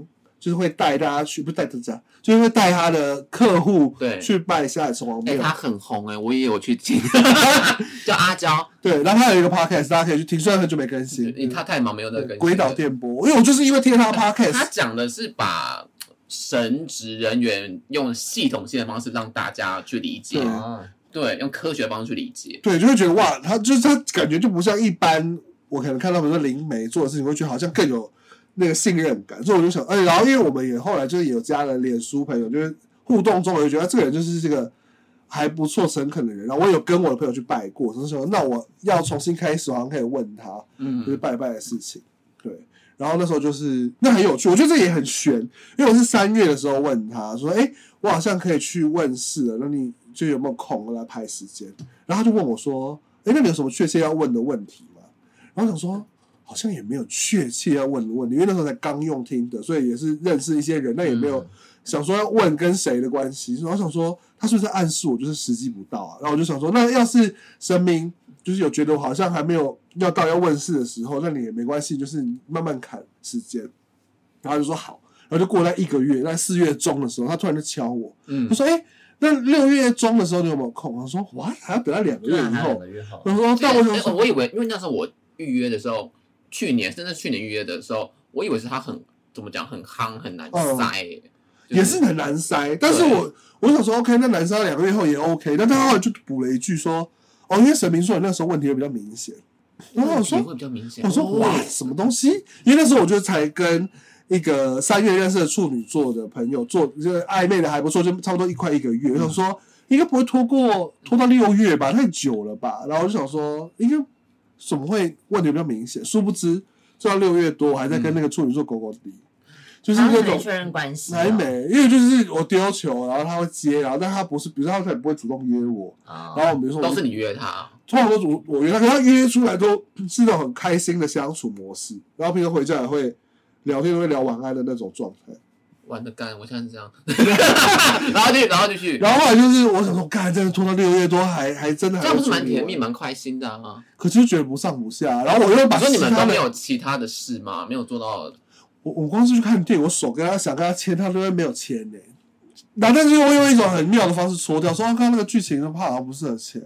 就是会带大家去，不是带大家，就是会带他的客户对去拜下城隍庙。 他很红我也有去听，叫阿娇。 对，然后他有一个 podcast， 大家可以去听，虽然很久没更新， 他太忙没有那个更新。 鬼岛电波，因为我就是因为听他的 podcast， 他讲的是把神职人员用系统性的方式让大家去理解，对，用科学的方式去理解， 对，就会觉得哇，他感觉就不像一般我可能看到比如说灵媒做的事情，会觉得好像更有那个信任感，所以我就想，然后因为我们也后来就是有加了脸书朋友，就是互动中我就觉得这个人就是这个还不错诚恳的人，然后我有跟我的朋友去拜过，就是说那我要重新开始，好像可以问他，就是拜拜的事情，对。然后那时候就是那很有趣，我觉得这也很悬，因为我是3月的时候问他说，我好像可以去问世了，那你就有没有空来排时间？然后他就问我说，那你有什么确切要问的问题吗？然后想说好像也没有确切要问的问题，因为那时候才刚用听的，所以也是认识一些人，那也没有想说要问跟谁的关系。然后想说他是不是在暗示我就是时机不到啊？然后我就想说，那要是神明就是有觉得我好像还没有要到要问世的时候，那你也没关系，就是慢慢砍时间。然后就说好，然后就过了1个月，在4月中的时候，他突然就敲我，他说那6月中的时候你有没有空？他说哇，还要等到2个月以后。我说但我想说， 我以为因为那时候我预约的时候，去年预约的时候，我以为是他很怎么讲很夯很难塞， 也是很难塞。但是我想说 OK， 那难塞2个月后也 OK。但他后来就补了一句说，因为神明说你那时候问题会比较明显。然后我说会比较明显， 我说哇，什么东西？因为那时候我就才跟一个3月认识的处女座的朋友做，就是暧昧的还不错，就差不多快1个月。我想说应该不会拖到6月吧，太久了吧？然后我就想说应该怎么会问题比较明显？殊不知做到6月多，我还在跟那个处女座狗狗比，就是那种确认关系， 还没，因为就是我丢球，然后他会接，然后但他不是，比如说他可能不会主动约我，然后比如说都是你约他。 通常都我约他，可是他约出来都是那种很开心的相处模式，然后平时回家也会聊天，都会聊晚安的那种状态。 玩的干，我现在是这样，然后就去， 然后后来就是我想说，干真的拖到6月多还真的还， 这样不是蛮甜蜜、蛮开心的啊？ 可是就觉得不上不下，然后我又把说你们都没有其他的事吗？没有做到？ 我光是去看电影，我手想跟他签，他都会没有签呢。然后但是我用一种很妙的方式戳掉，说刚刚那个剧情怕好像不适合签。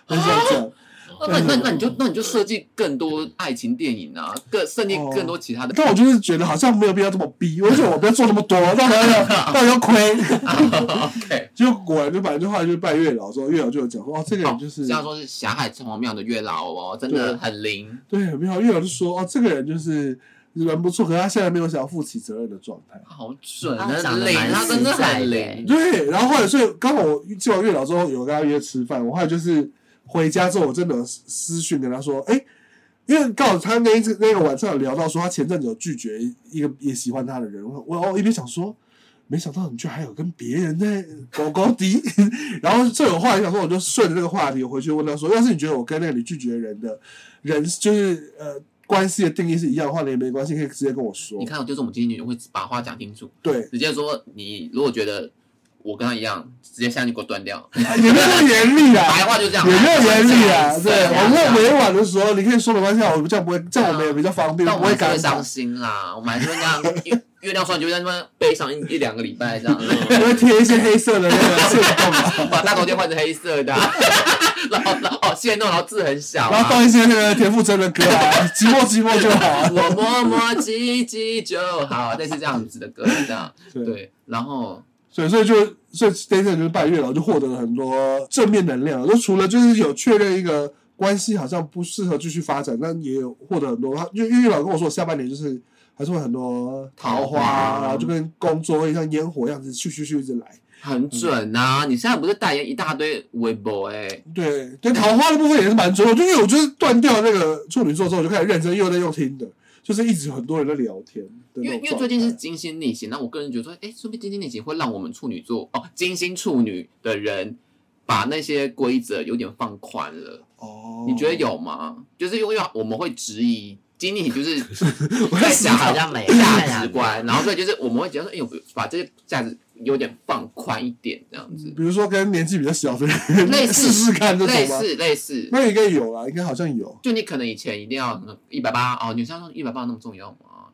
那你就设计更多爱情电影啊，设计更多其他的。 但我就是觉得好像没有必要这么逼，我觉得我不要做那么多，到底要亏。 OK， 就果然就反正后来就拜月老之后，月老就有讲说，这个人就是这样说是霞海城隍庙的月老真的很灵， 对，很妙。月老就说这个人就是人不错，可是他现在没有想要负起责任的状态。 好准，很灵，他真的很灵。 对，然后后来所以刚好我见完月老之后，有跟他约吃饭，我后来就是回家之后，我真的私讯跟他说，因为刚好他那个晚上有聊到说，他前阵子有拒绝一个也喜欢他的人，我一边想说，没想到你居然还有跟别人在狗狗敌，然后所以我后来想说，我就顺着这个话题，我回去问他说，要是你觉得我跟那个你拒绝的人就是关系的定义是一样的话，你也没关系，可以直接跟我说。 你看，就是我们经纪人会把话讲清楚， 对， 直接说你如果觉得我跟他一样，直接下去给我断掉， 也没有那么严厉啊， 白话就这样， 也没有严厉啊。对，我们委婉的时候，你可以说没关系，我这样不会，这样我们也比较方便， 但不会尴尬。 伤心啦，我们还是会这样，月亮双就在那边悲伤1-2个礼拜这样， 就会贴一些黑色的那个线动， 把大头贴换成黑色的，然后线动，然后字很小， 然后放一些那个田馥甄的歌啊，寂寞就好， 我默默寂寂就好，类似这样子的歌这样，对，然后。 所以这一阵就是拜月老，就获得了很多正面能量。就除了就是有确认一个关系好像不适合继续发展，但也有获得很多。因为月老跟我说，下半年就是还是会很多桃花，然后就跟工作会像烟火一样子，去一直来， 很准啊！你现在不是代言一大堆微博对，桃花的部分也是蛮准。就因为我就是断掉那个处女座之后，我就开始认真又在用听的。就是一直有很多人在聊天的那种， 因为最近是金星逆行，那我个人觉得说，说不定金星逆行会让我们处女座金星处女的人把那些规则有点放宽了。你觉得有吗？就是因为我们会质疑金星逆行，就是在想好像没价值观，然后所以就是我们会觉得说，把这些价值有点放宽一点这样子。 比如说跟年纪比较小的人类似试试看这种吗？ 类似， 那应该有啦，应该好像有。 就你可能以前一定要180女生说180那么重要吗？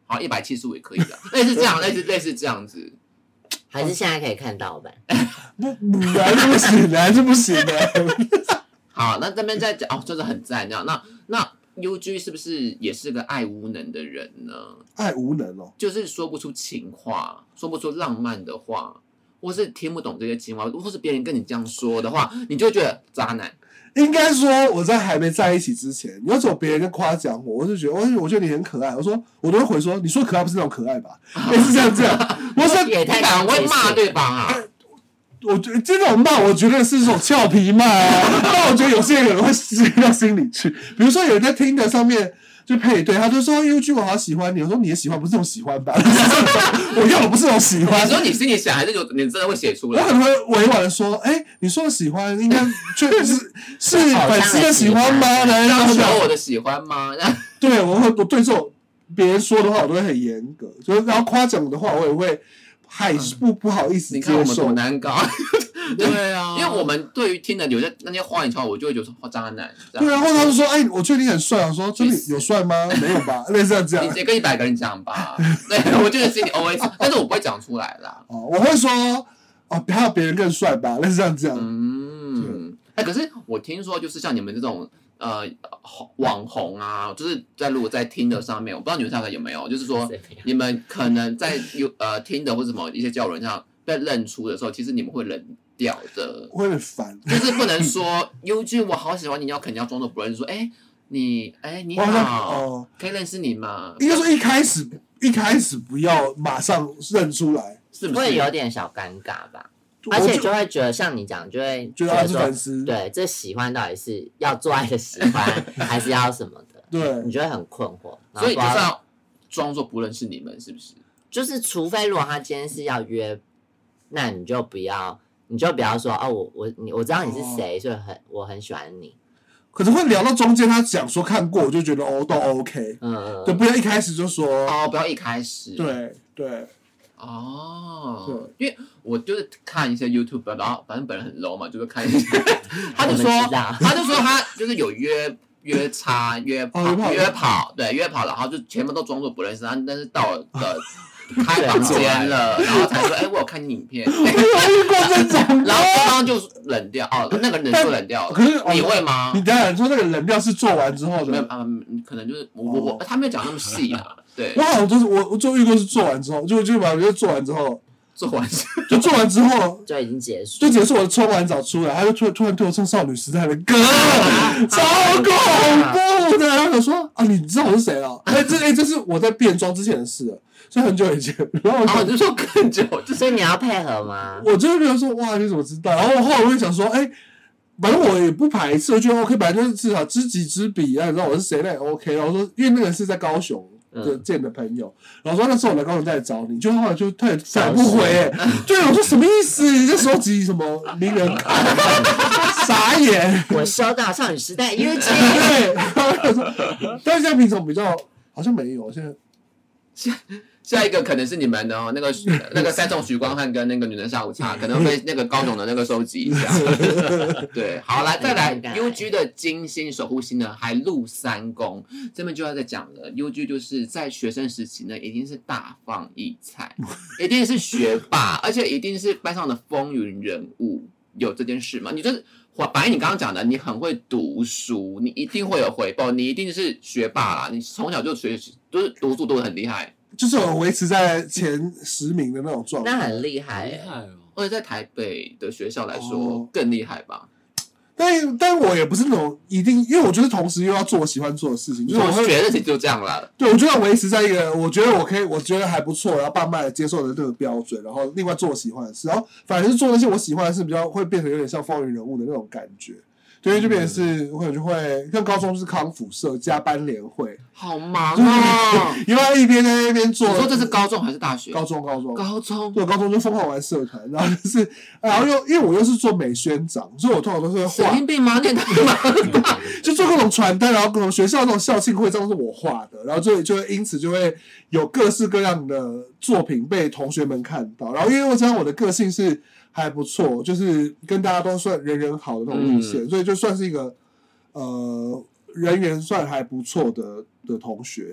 好175也可以的，类似这样，类似这样子。 还是现在可以看到吧？ 还是不行的，还是不行的。 好，那这边再讲真的很赞这样。那 UG 是不是也是个爱无能的人呢？ 爱无能哦， 就是说不出情话，说不出浪漫的话，或是听不懂这些情话，或是别人跟你这样说的话，你就会觉得渣男。 应该说我在还没在一起之前，要是有别人夸奖我，我就觉得我觉得你很可爱，我都会回说，你说可爱不是那种可爱吧？类似这样，我说也太敢会骂对方啊！ 我觉得这种骂，我觉得是这种俏皮骂啊。但我觉得有些人会吃到心里去。比如说有人在听的上面就配对，他就说 UG 我好喜欢你，我说你的喜欢不是这种喜欢吧？我要的不是这种喜欢。 你说你心里想，还是你真的会写出来？ 我可能会委婉的说，你说的喜欢应该是粉丝的喜欢吗？ 要求我的喜欢吗？ 对，我对这种别人说的话，我都会很严格，就是然后夸奖的话，我也会不好意思接受。 你看我们多难搞。对啊，因为我们对于听的有些那些花言巧语，我就会觉得说渣男。 对啊，或者他就说，我觉得你很帅，我说真的有帅吗？没有吧，类似这样。 你跟100个人讲吧。对，我觉得心里 OS， 但是我不会讲出来啦。 我会说，还有别人更帅吧，类似这样。 可是我听说，就是像你们这种网红啊，就是如果在听的上面，我不知道你们下面有没有，就是说你们可能在听的或者什么一些交友人上被认出的时候，其实你们会冷掉的， 会很烦， 就是不能说 UG 我好喜欢你，肯定要装作不认识，说你好，可以认识你吗？ 应该说一开始不要马上认出来， 是不是会有点小尴尬吧？而且就会觉得像你讲，就会觉得他是粉丝， 对，这喜欢到底是要做爱的喜欢，还是要什么的？ 对， 你就会很困惑。 所以就是要装作不认识你们，是不是？ 就是除非如果他今天是要约，那你就不要说我知道你是谁，所以我很喜欢你。 可是会聊到中间，他讲说看过，我就觉得都 OK。对，不要一开始就说不要一开始。 对。 因为我就是看一些 YouTube， 然后反正本人很 low 嘛，就是看一些，他就说他就是有约叉约跑，对，约跑，然后就前面都装作不认识他，但是到了开房间了，然后才说我有看你影片， 我遇过这种， 然后对方就冷掉那个人就冷掉了。可是你会吗？ 你当然说那个冷掉是做完之后的， 没有可能就是我他没有讲那么细啊。对， 我就遇过是做完之后，就把我做完之后， 做完之后就已经结束， 我冲完澡出来，他就突然对我唱少女时代的歌，超恐怖的。他说你知道我是谁了？这是我在变装之前的事了，所以很久以前。然后我就说更久， 所以你要配合吗？ 我就会觉得说哇，你怎么知道？然后我后来我会想说，反正我也不排斥，我觉得 OK，本来就是至少知己知彼，你知道我是谁，那也 OK。然后说，因为那个是在高雄见的朋友，然后说那时候我来高雄再找你，就后来就他也再不回，对，我说什么意思？你在收集什么名人卡？傻眼！ 我收到少女时代 UG， 对，但是现在平常比较好像没有，现在。 下一个可能是你们的那个三重许光汉跟那个女人下午茶，可能被那个高总的那个收集一下。对，好来再来 UG 的金星守护星呢，还入3宫，这边就要再讲了。UG 就是在学生时期呢，一定是大放异彩，一定是学霸，而且一定是班上的风云人物。有这件事吗？你就是本来你刚刚讲的，你很会读书，你一定会有回报，你一定是学霸啦，你从小就都是读书都很厉害。 就是我维持在前10名的那种状态， 那很厉害而且在台北的学校来说更厉害吧。 但我也不是那种一定，因为我觉得同时又要做我喜欢做的事情，就是我学的就这样了。 对，我就要维持在一个我觉得我觉得还不错，然后爸妈也接受的这个标准，然后另外做我喜欢的事，然后反而是做那些我喜欢的事，比较会变成有点像风云人物的那种感觉。对，就变成是我可能就会像高中就是康复社加班联会， 好忙啊！ 因为一边在那边做。 你说这是高中还是大学？ 高中。 对， 高中就疯狂玩社团，然后就是，然后因为我又是做美宣长，所以我通常都是画。 神经病吗？你太忙了。 就做各种传单，然后各种学校那种校庆会，这都是我画的，然后就会因此就会有各式各样的作品被同学们看到，然后因为我知道我的个性是。还不错，就是跟大家都算人人好的那种路线，所以就算是一个人缘算还不错的同学。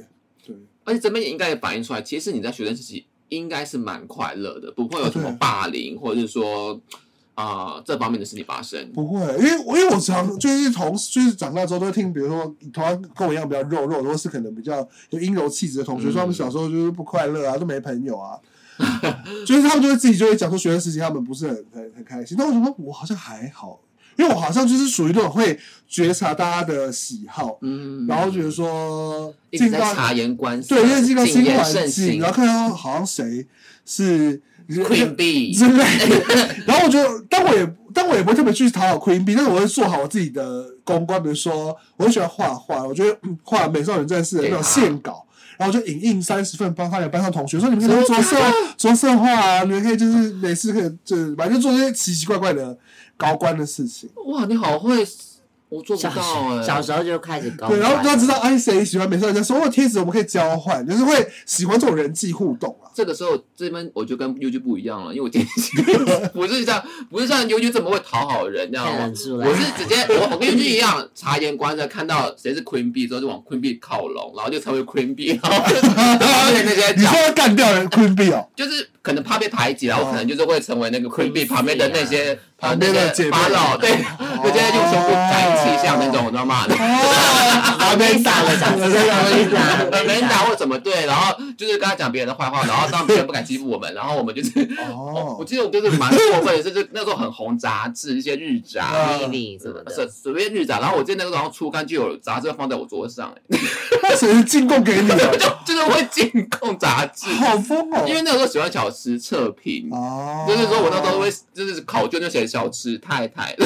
对， 而且这边也应该也反映出来，其实你在学生时期应该是蛮快乐的，不会有什么霸凌，或者是说这方面的事情发生。 不会，因为我常就是长大之后都会听，比如说同样跟我一样比较肉，或是可能比较有阴柔气质的同学，说他们小时候就是不快乐啊，都没朋友啊。就是他们就会自己就会讲说学生时期他们不是很开心，但我觉得我好像还好，因为我好像就是属于那种会觉察大家的喜好，然后觉得说一直在察言观色， 对，因为进到新环境， 境，然后看到好像谁是 Queen Bee 之类的，然后我觉得，但我也不会特别去讨好 Queen Bee， 但是我会做好我自己的公关，比如说我很喜欢画画，我觉得画美少女战士的那种线稿。然后就影印30份，帮他给班上同学说：“你们可以着色画啊，你们可以就是每次可以就是反正就做一些奇奇怪怪的高官的事情。” 哇，你好会！我做不到小时候就开始高官， 对，然后都要知道谁喜欢美少女战士，所有贴纸我们可以交换，就是会喜欢这种人际互动啊。 这个时候这边我就跟 UG 不一样了，因为我不是像 UG 这么会讨好人，这样吗？我是直接我跟 UG 一样，察言观色，看到谁是 Queen Bee 之后就往 Queen Bee 靠拢，然后就成为 Queen Bee， 然后就那些你说要干掉人 Queen Bee 哦， 就是可能怕被排挤了，我可能就是会成为那个 Queen Bee 旁边的那些旁边的姐妹老，对，就现在用胸部感应气象那种，你知道吗？ 没打了， 没打或怎么对，然后就是跟他讲别人的坏话，然后让别人不敢欺负我们，然后我们就是我记得我就是蛮过分的，就是那时候很红杂志，一些日杂、 Mini 什么的， 随便日杂，然后我记得那个时候初刊就有杂志放在我桌上， 谁是进贡给你的？ 就是会进贡杂志， 好疯哦！ 因为那个时候喜欢小吃测评，就是说我那时候会就是考卷就写小吃太太。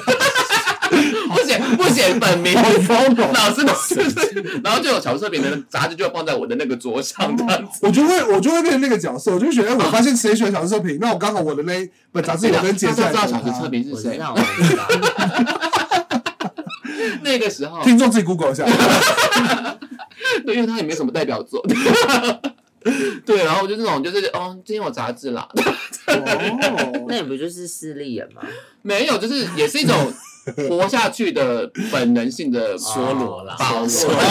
不写本名，老师都是，然后就有小测评的杂志就放在我的那个桌上这样子。 我就会变成那个角色，我就觉得，我发现谁喜欢小测评，那我刚好我的那本杂志有跟姐知道小测评是谁？那个时候， 听众自己 Google 一下。 对，因为他也没什么代表作。对，然后就那种就是今天有杂志啦。 那你不就是势利眼吗？ 没有，就是也是一种活下去的本能性的梭罗啦， 梭罗，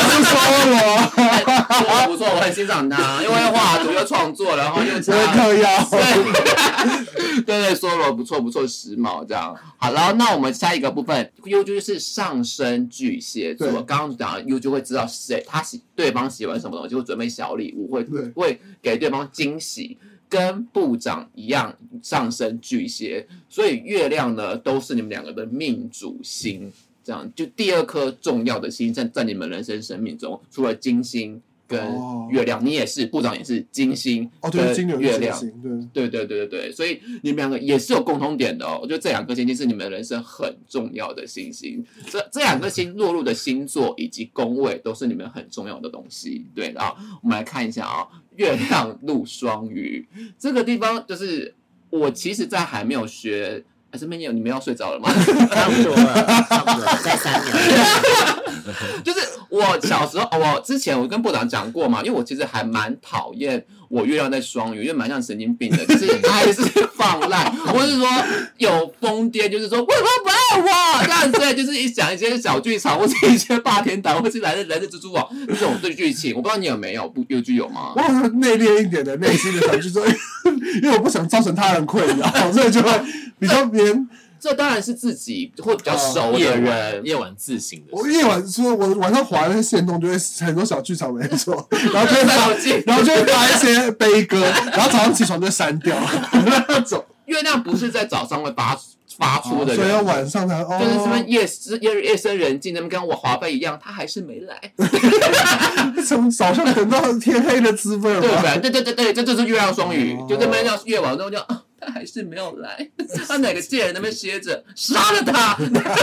不错，我很欣赏他，因为画图又创作，然后又嗑药， 对，梭罗不错，时髦这样。好，然后那我们下一个部分 ，U 就是上升巨蟹座。刚刚讲 U 就会知道对方喜欢什么东西，就会准备小礼物，会给对方惊喜。跟部长一样上升巨蟹，所以月亮呢都是你们两个的命主星，这样就第二颗重要的星在你们人生生命中，除了金星跟月亮，你也是部长也是金星跟月亮，对，所以你们两个也是有共同点的哦。我觉得这两颗星星是你们人生很重要的星星，这两颗星落入的星座以及宫位都是你们很重要的东西。对，然后我们来看一下啊。月亮入双鱼这个地方，就是我其实，在还没有学，这边你们要睡着了吗？ 差不多了，再3秒。 就是我小时候，之前我跟部长讲过嘛，因为我其实还蛮讨厌我月亮在双鱼，因为蛮像神经病的，就是还是放烂，或是说有疯癫，就是说为什么不爱我这样子，就是讲一些小剧场，或是一些霸天党，或是来自蜘蛛网这种对剧情，我不知道你有没有UG有吗？ 我有内敛一点的内心的小剧说，因为我不想造成他人困扰，所以就会比较偏。 这当然是自己会比较熟的人， 夜晚自省的。 我夜晚说，我晚上滑那些线动，就会很多小剧场没错，然后就会发一些悲歌，然后早上起床就删掉那种。 月亮不是在早上会发出的人， 所以要晚上才就是什么夜深人静，那么跟我华妃一样，他还是没来。 从早上等到天黑的滋味了。 对，这就是月亮双鱼，就这边要夜晚之后就他还是没有来，他哪个贱人那边歇着，杀了他。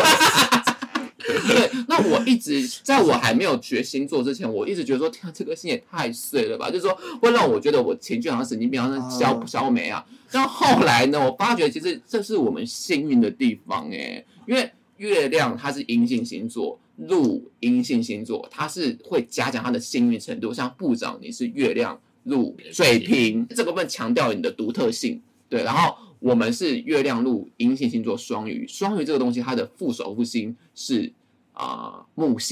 对，那我一直在我还没有学星座之前，我一直觉得说，天啊，这个星也太碎了吧，就是说会让我觉得我情绪好像神经病，好像小美啊。但后来呢，我发觉其实这是我们幸运的地方因为月亮它是阴性星座，入阴性星座，它是会加强它的幸运程度。像部长你是月亮入水瓶，这个部分强调你的独特性。对，然后我们是月亮入阴性星座双鱼，双鱼这个东西它的副守护星是木星，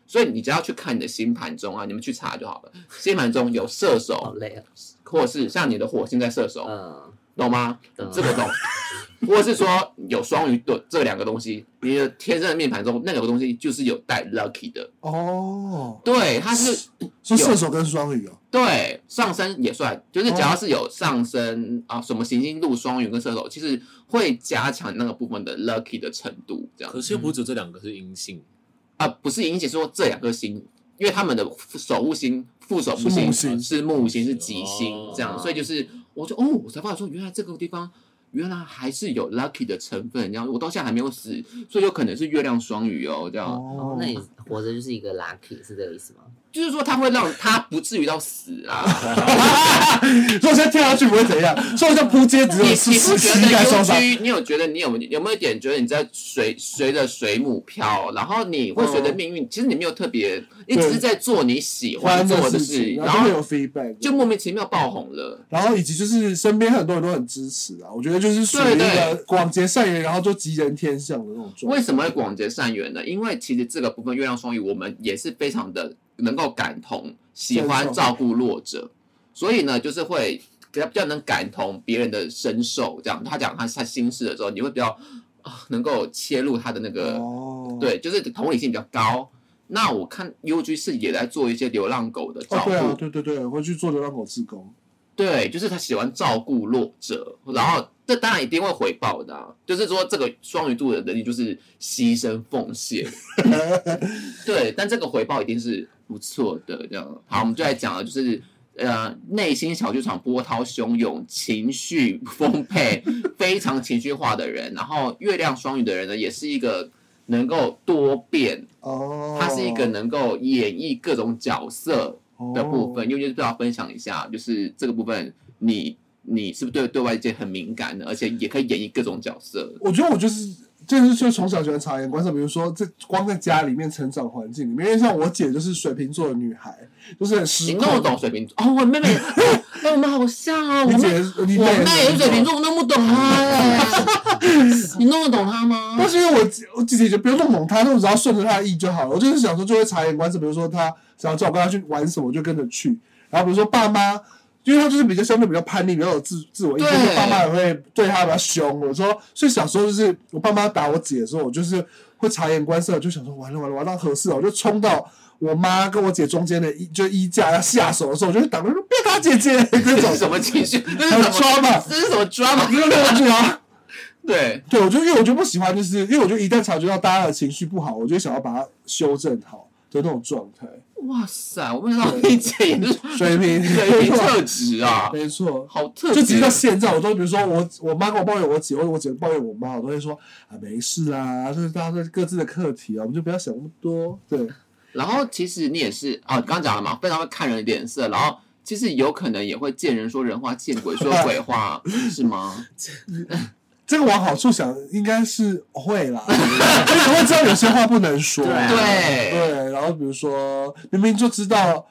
所以你只要去看你的星盘中啊，你们去查就好了。星盘中有射好手， 累啊。 或者是像你的火星在射手，懂吗？ 懂这个懂。或者是说有双鱼的这两个东西，你的天生的命盘中那个东西就是有带 lucky 的。 哦， 对，它是说射手跟双鱼哦。 对，上升也算，就是只要是有上升啊，什么行星入双鱼跟射手，其实会加强那个部分的 lucky 的程度，这样。 可是又不是只有这两个是阴性不是引起说这两颗星，因为他们的守护星、副守护星是木星，是吉星，这样，所以就是我就我才发现说，原来这个地方原来还是有 lucky 的成分，这样我到现在还没有死，所以有可能是月亮双鱼哦，这样。 哦，那你活着就是一个 lucky 是这个意思吗？ 就是说，它会让他不至于到死啊。 所以我现在跳下去不会怎样，所以我就扑街只有你不觉得膝盖受伤。 你有觉得你有没有一点觉得你在随着水母漂，然后你会随着命运，其实你没有特别，你只是在做你喜欢做的事， 然后有 feedback， 就莫名其妙爆红了。 然后以及就是身边很多人都很支持啊，我觉得就是属于一个广结善缘，然后就吉人天相的那种状态。 为什么会广结善缘呢？因为其实这个部分月亮双鱼，我们也是非常的能够感同，喜欢照顾弱者，所以呢，就是会比较能感同别人的身受。这样，他讲他心事的时候，你会比较能够切入他的那个，对，就是同理性比较高。那我看 UG 是也在做一些流浪狗的照顾， 对，会去做流浪狗志工。 对，就是他喜欢照顾弱者，然后这当然一定会回报的就是说这个双鱼座的能力就是牺牲奉献，对，但这个回报一定是不错的。这样，好，我们就来讲了，就是内心小剧场波涛汹涌，情绪丰沛，非常情绪化的人。然后月亮双鱼的人呢，也是一个能够多变，他是一个能够演绎各种角色的部分，因为就是不要分享一下，就是这个部分你是不是对外界很敏感的，而且也可以演绎各种角色。 我觉得我就是从小喜欢察言观色，比如说光在家里面成长环境里面，因为像我姐就是水瓶座的女孩，就是很失控。 你弄得懂水瓶座哦？我妹妹，我们好像哦。我妹也是水瓶座，我弄不懂她你弄得懂她吗？ 但是因为我姐姐就不用弄懂她，我只要顺着她的意就好了。我就是想说，就会察言观色，比如说她想要叫我跟她去玩什么，我就跟着去。然后比如说爸妈。因为他就是比较相对比较叛逆，比较有自我意识，爸妈也会对他比较凶。我说，所以小时候就是我爸妈打我姐的时候，我就是会察言观色，就想说完了，我要当和事佬，我就冲到我妈跟我姐中间的衣架要下手的时候，我就挡着说别打姐姐，这种什么情绪？ 这是抓嘛？ 这是什么抓嘛？ 这是那句啊。 对， 我觉得因为我就不喜欢，就是因为我觉得一旦察觉到大家的情绪不好，我就想要把它修正好的那种状态。 哇塞！我没想到你姐也是水瓶特质啊， 没错， 好特质。 就直到现在，我都比如说我妈跟我抱怨我姐，或者我姐抱怨我妈，我都会说没事啦，就是大家各自的课题啊，我们就不要想那么多。对。 然后其实你也是刚刚讲了嘛，非常会看人脸色，然后其实有可能也会见人说人话，见鬼说鬼话，是吗？ 这个往好处想，应该是会啦，因为会知道有些话不能说。对，然后比如说明明就知道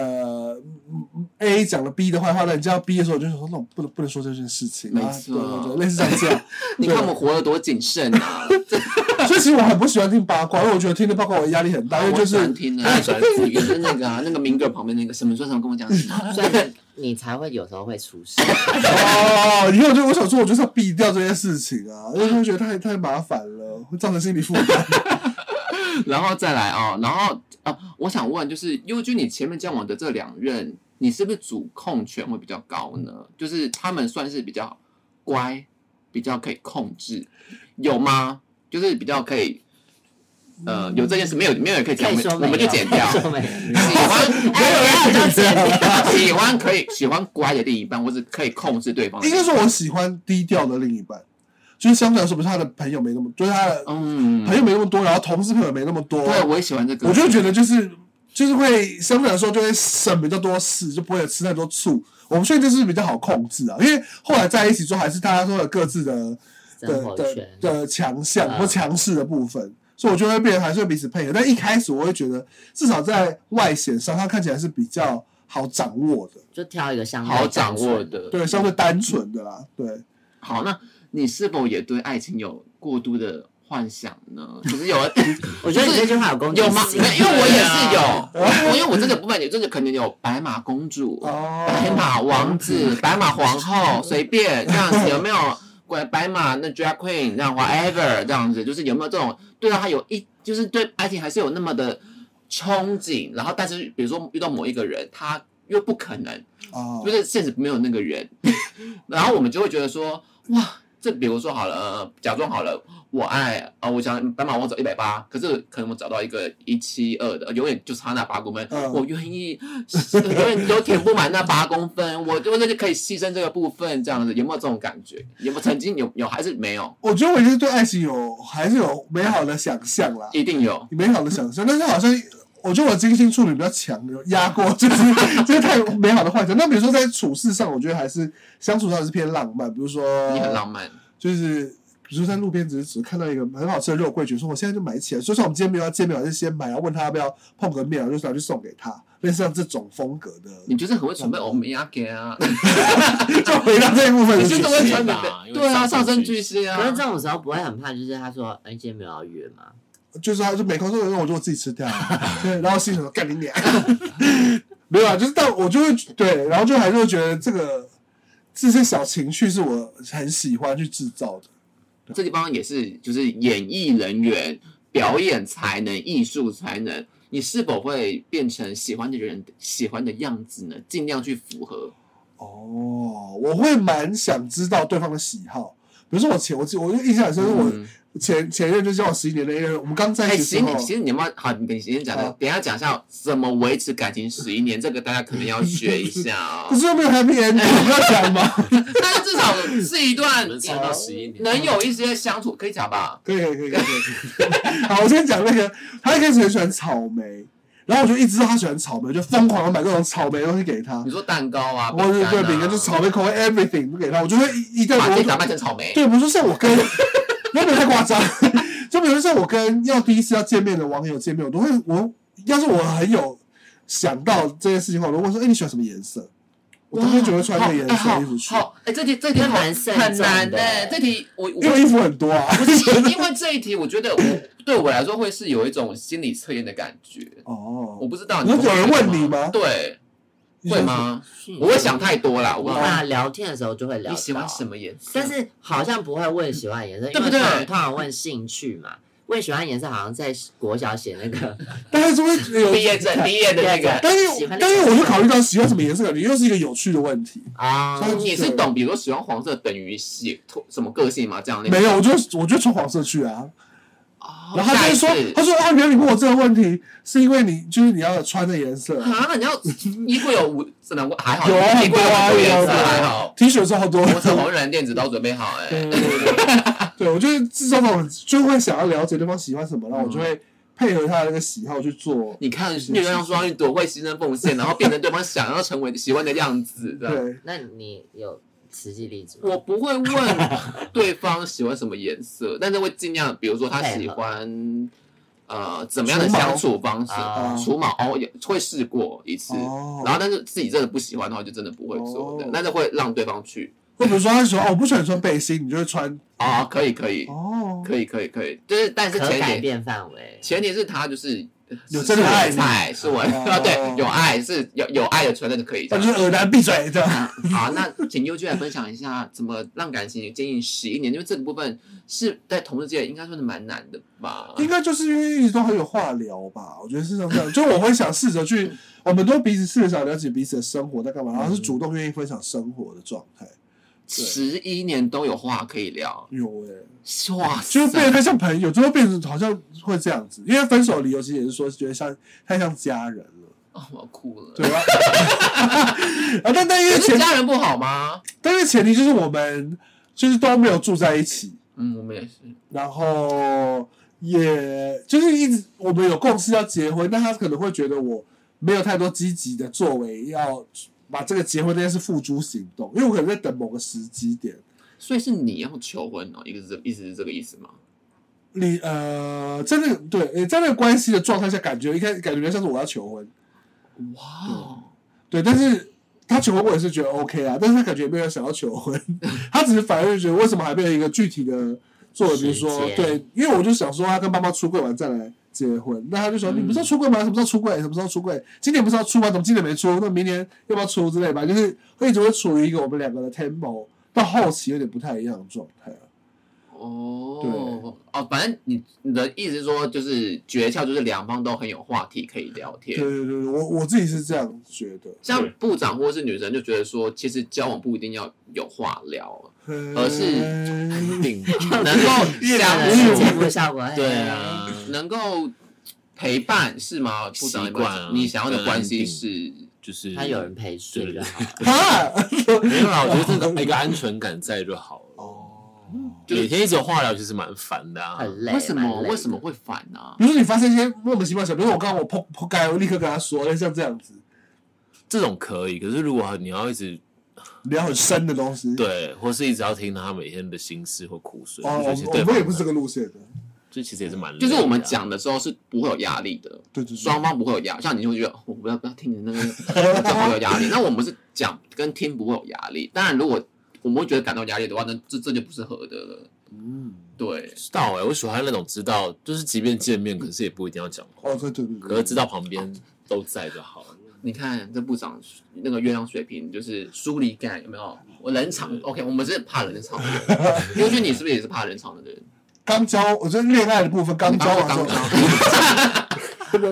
A 讲了 B 的坏话，那你知道 B 的时候，我就说那我不能说这件事情。 没错， 对，类似像这样。 你看我们活得多谨慎啊！ 所以其实我很不喜欢听八卦，因为我觉得听的八卦我压力很大，因为就是我喜欢听的，喜欢听那个明哥旁边那个什么说什么跟我讲什么， 所以你才会有时候会出事。 以后我想说，我就是要避掉这件事情啊，因为我觉得太麻烦了，会造成心理负担。 然后再来然后我想问，就是 UG 你前面交往的这2任，你是不是主控权会比较高呢？就是他们算是比较乖，比较可以控制，有吗？就是比较可以。有这件事没有人可以讲，我们就剪掉。喜欢乖的另一半，或是可以控制对方的。 应该说，我喜欢低调的另一半，就是相对来说，不是他的朋友没那么，就是他的朋友没那么多，然后同事朋友没那么多。 对，我也喜欢这个。 我就觉得就是会相对来说就会省比较多事，就不会吃太多醋。我们所以就是比较好控制啊，因为后来在一起之后，还是大家都有各自的强项或强势的部分。所以我就会变得还是会彼此配合，但一开始我会觉得，至少在外显上，它看起来是比较好掌握的， 就挑一个相对好掌握的， 对，相对单纯的啦，对。 好，那你是否也对爱情有过度的幻想呢？就是有， 我觉得你这句话有攻击有吗？ 性， 因为我也是有，因为我这个部分也就是可能有白马公主、白马王子、白马皇后，随便这样子有没有？白马那 drag queen 这样 whatever 这样子，就是有没有这种对他有就是对爱情还是有那么的憧憬，然后但是比如说遇到某一个人，他又不可能，就是现实没有那个人，然后我们就会觉得说，哇，这比如说好了，假装好了，我爱我想白马王子180，可是可能我找到一个172的，永远就差那8公分，我愿意永远都填不满那8公分，我就可以牺牲这个部分，这样子有没有这种感觉？有没有曾经有还是没有？ 我觉得我一定是对爱情还是有美好的想象啦， 一定有美好的想象，但是好像。我觉得我金星处女比较强，有压过，就是这是太美好的幻想。那比如说在处事上，我觉得还是相处上是偏浪漫。比如说， 你很浪漫， 就是比如说在路边只看到一个很好吃的肉桂卷，说我现在就买起来。就算我们今天没有要见面，我就先买，然后问他要不要碰个面，然后就拿去送给他。类似像这种风格的， 你就是很会准备欧米亚给啊， 就回到这一部分， 你就是会准备，对啊，上升巨蟹啊。 可是这种时候不会很怕，就是他说，今天没有要约吗？ 就是他就没空，说我就自己吃掉，对，然后心里说干你娘，没有啊，就是但我就会对，然后就还是会觉得这些小情绪是我很喜欢去制造的。 这地方也是，就是演艺人员表演才能、艺术才能，你是否会变成喜欢的人喜欢的样子呢？尽量去符合。 我会蛮想知道对方的喜好，比如说我就印象很深，我。前任就交往11年的一任，我们刚在一起的时候， 其实你们好，你先讲的，等一下讲一下怎么维持感情11年，这个大家可能要学一下哦。 可是又没有 happy ending，你不要讲吗？ 但是至少是一段撑到11年， 能有一些相处，可以讲吧？ 可以。好，我先讲那个，他一开始很喜欢草莓。然后我就一直知道他喜欢草莓，就疯狂的买各种草莓的东西给他。 你说蛋糕啊， 或者对饼干，就草莓口味 everything 都给他。我就会一袋把自己打扮成草莓。 对，比如说像我跟，有没有太夸张？就比如说像我跟第一次要见面的网友见面，要是我很有想到这件事情的话，我就问说，你喜欢什么颜色？我当天就会穿这个颜色的衣服去。 好，这题很难的。这题因为衣服很多啊。 不是，因为这一题，我觉得对我来说会是有一种心理测验的感觉。我不知道有人问你吗？ 对，会吗？我会想太多啦。 我们聊天的时候就会聊。 你喜欢什么颜色？ 但是好像不会问喜欢的颜色， 对不对？ 通常问兴趣嘛。问喜欢颜色好像在国小写那个， 但是会有毕业的那个， 但是我就考虑到喜欢什么颜色，你又是一个有趣的问题啊。 你是懂，比如说喜欢黄色等于什么个性吗？这样没有，我就穿黄色去啊。然后他就说，原来你问我这个问题，是因为你要穿的颜色啊？你要衣服有真的还好， 有很多啊， 颜色还好 ，T 恤超多， 我红人电子都准备好对，我就制造那种就会想要了解对方喜欢什么，然后我就会配合他的那个喜好去做。 你看月亮双鱼多会牺牲奉献，然后变成对方想要成为喜欢的样子。 对， 那你有实际例子吗？ 我不会问对方喜欢什么颜色，但是会尽量，比如说他喜欢怎么样的相处方式，除毛会试过一次，然后但是自己真的不喜欢的话，就真的不会做的，但是会让对方去。 或比如说他说我不喜欢穿背心，你就会穿可以可以，就是但是改变范围， 前提是他就是有真的爱菜是我对有爱是有爱的存在就可以， 那就是耳男闭嘴这样。 好，那请优居来分享一下怎么让感情经营11年，因为这个部分是在同志界应该算是蛮难的吧？ 应该就是因为一直都很有话聊吧，我觉得是这样，就我会想试着去，我们都彼此试着想了解彼此的生活在干嘛，然后是主动愿意分享生活的状态。 11年都有话可以聊， 有哇， 就变得太像朋友，最后变成好像会这样子。因为分手的理由其实也是说，觉得太像家人了。 我要哭了。 对吧？但因为家人不好吗？ 但是前提就是我们就是都没有住在一起。 我们也是。然后也就是一直我们有共识要结婚，但他可能会觉得我没有太多积极的作为要。把这个结婚这件事付诸行动，因为我可能在等某个时机点， 所以是你要求婚哦，意思是这个意思吗？ 你在那个对，在那个关系的状态下，感觉像是我要求婚， 哇， 对，但是他求婚我也是觉得 OK 啊，但是他感觉也没有想要求婚，他只是反而就觉得为什么还没有一个具体的作为比如说对，因为我就想说他跟爸妈出柜完再来结婚，那他就说你不是要出柜吗？什么时候出柜？什么时候出柜？今年不是要出吗？怎么今年没出？那明年要不要出之类吧？就是会一直会处于一个我们两个的 tempo 到后期有点不太一样的状态啊。 反正你的意思是说，就是诀窍就是两方都很有话题可以聊天。 对，我自己是这样觉得。 像部长或是女神就觉得说，其实交往不一定要有话聊，而是能够节目效果。 对啊， 能够陪伴是吗？部长你想要的关系是， 就是他有人陪睡就好了。 没有啦，我觉得这个一个安全感在就好了。每天一直有话聊，其实蛮烦的啊。 很累。 为什么会烦啊？ 比如说你发生一些莫名其妙的事，比如说我刚刚我破盖，我立刻跟他说，像这样子， 这种可以。可是如果你要一直聊很深的东西， 对，或是一直要听他每天的心事或苦水， 我们也不是这个路线的。 这其实也是蛮累的， 就是我们讲的时候是不会有压力的， 对， 双方不会有压力。像你就会觉得我不要听你那个就会有压力。那我们是讲跟听不会有压力。当然，如果我们会觉得感到压力的话，那这就不是合的了。对， 知道我喜欢那种知道，就是即便见面，可是也不一定要讲话。 对， 可是知道旁边都在就好了。 你看这部长那个月亮水瓶，就是疏离感有没有？我冷场 ，OK， 我们是怕冷场的人。尤其你是不是也是怕冷场的人？ 我觉得恋爱的部分刚交往的时候，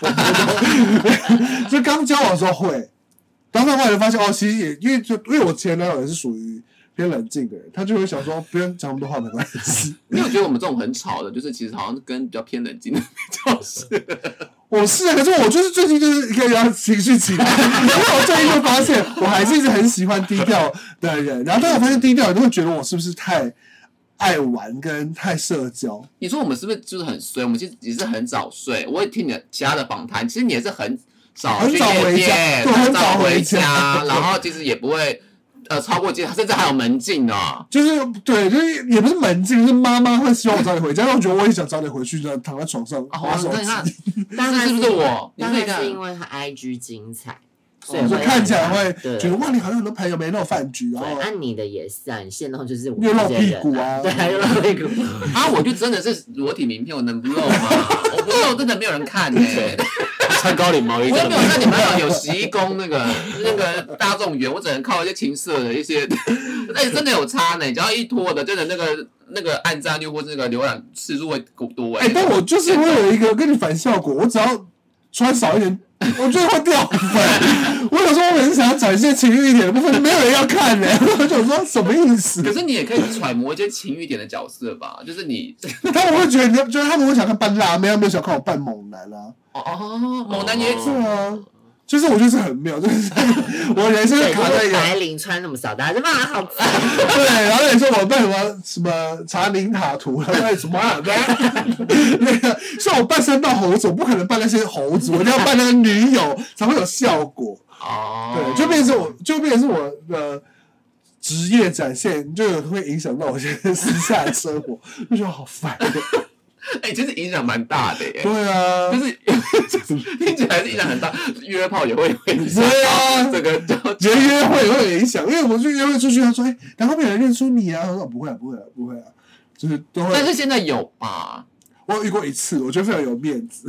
就刚交往的时候会，当上后来发现其实也因为我前男友也是属于偏冷静的人，他就会想说不用讲那么多话没关系。 你有觉得我们这种很吵的，就是其实好像跟比较偏冷静的比较是？ 我是，可是我就是最近就是一个要情绪起来，然后我最近就发现我还是一直很喜欢低调的人，然后当我发现低调，你就会觉得我是不是太爱玩跟太社交？ 你说我们是不是就是很衰？我们其实也是很早睡。我会听你的其他的访谈，其实你也是很早去夜店，很早回家，然后其实也不会超过街，甚至还有门禁呢。 就是对，就是也不是门禁，就是妈妈会希望我早点回家，但我觉得我也想早点回去，躺在床上滑手机。 当然是不是我？ 当然是因为他 IG 精彩。 所以看起来会觉得哇，你好像很多朋友没那种饭局，然后按你的也是啊，你现在就是又露屁股啊， 对，又露屁股啊，我就真的是裸体名片，我能不露吗？我不露真的没有人看穿高领毛衣， 我也没有像你们有洗衣工那个大众园，我只能靠一些情色的一些，真的有差呢。只要一脱的，真的那个按赞率或那个浏览次数会多但我就是会有一个跟你反效果，我只要穿少一点。我觉得会掉粉，我有时候我很想要展现情欲一点的部分，没有人要看呢。我就说什么意思？ 可是你也可以揣摩一些情欲一点的角色吧，就是你。 他们会觉得他们会想看扮辣妹，他们没有想看我扮猛男啊。 猛男也是啊。就是我就是很妙，就是我人生卡在一个白领穿那么少，大家就骂好惨。 对，然后你说我扮什么查宁塔图，然后什么那个，像我扮三道猴子，我不可能扮那些猴子，我一定要扮那个女友才会有效果。对，就变成是我的职业展现，就会影响到我现在私下的生活，就觉得好烦。 其实影响蛮大的耶。 对啊， 就是听起来是影响很大，约炮也会影响。 对啊， 这个约会也会有影响，因为我去约会出去，他说：“然后没有人认出你啊？”我说：“不会啊，就是都会。” 但是现在有吧？ 我有遇过一次，我觉得非常有面子。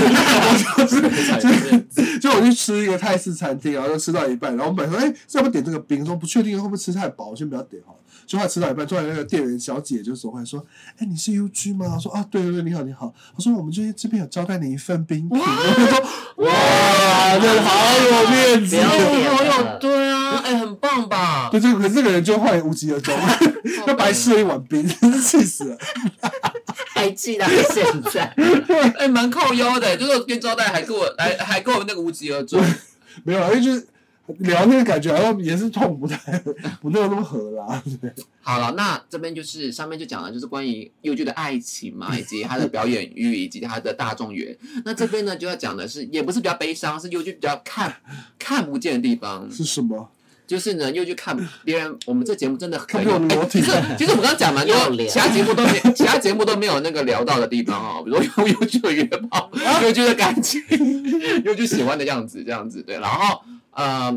就我去吃一个泰式餐厅，然后就吃到一半，然后我本来说：“要不要点这个冰？”说不确定会不会吃太饱，我先不要点好了。就后来吃到一半，突然那个店员小姐就走过来说：“你是 UG 吗？”我说：“啊，对，你好。”她说：“我们这边有招待你一份冰品。”我说：“哇，真的好有面子， 对啊，很棒吧？” 对，可是这个人就后来无疾而终，就白吃了一碗冰，气死了。 还记到现在， 蛮靠腰的，就是跟招待还跟我那个无疾而终。 没有，因为就是聊天的感觉好像也是痛不没有那么合啦。 好了，那这边就是上面就讲了，就是关于UG的爱情嘛，以及他的表演欲，以及他的大众缘。那这边呢就要讲的是，也不是比较悲伤，是UG比较看不见的地方是什么？ 就是呢，又去看别人。我们这节目真的看不懂裸体。 其实我刚刚讲蛮多，其他节目都没有那个聊到的地方哦，比如说又去的约炮，又去的感情，又去喜欢的样子，这样子对。然后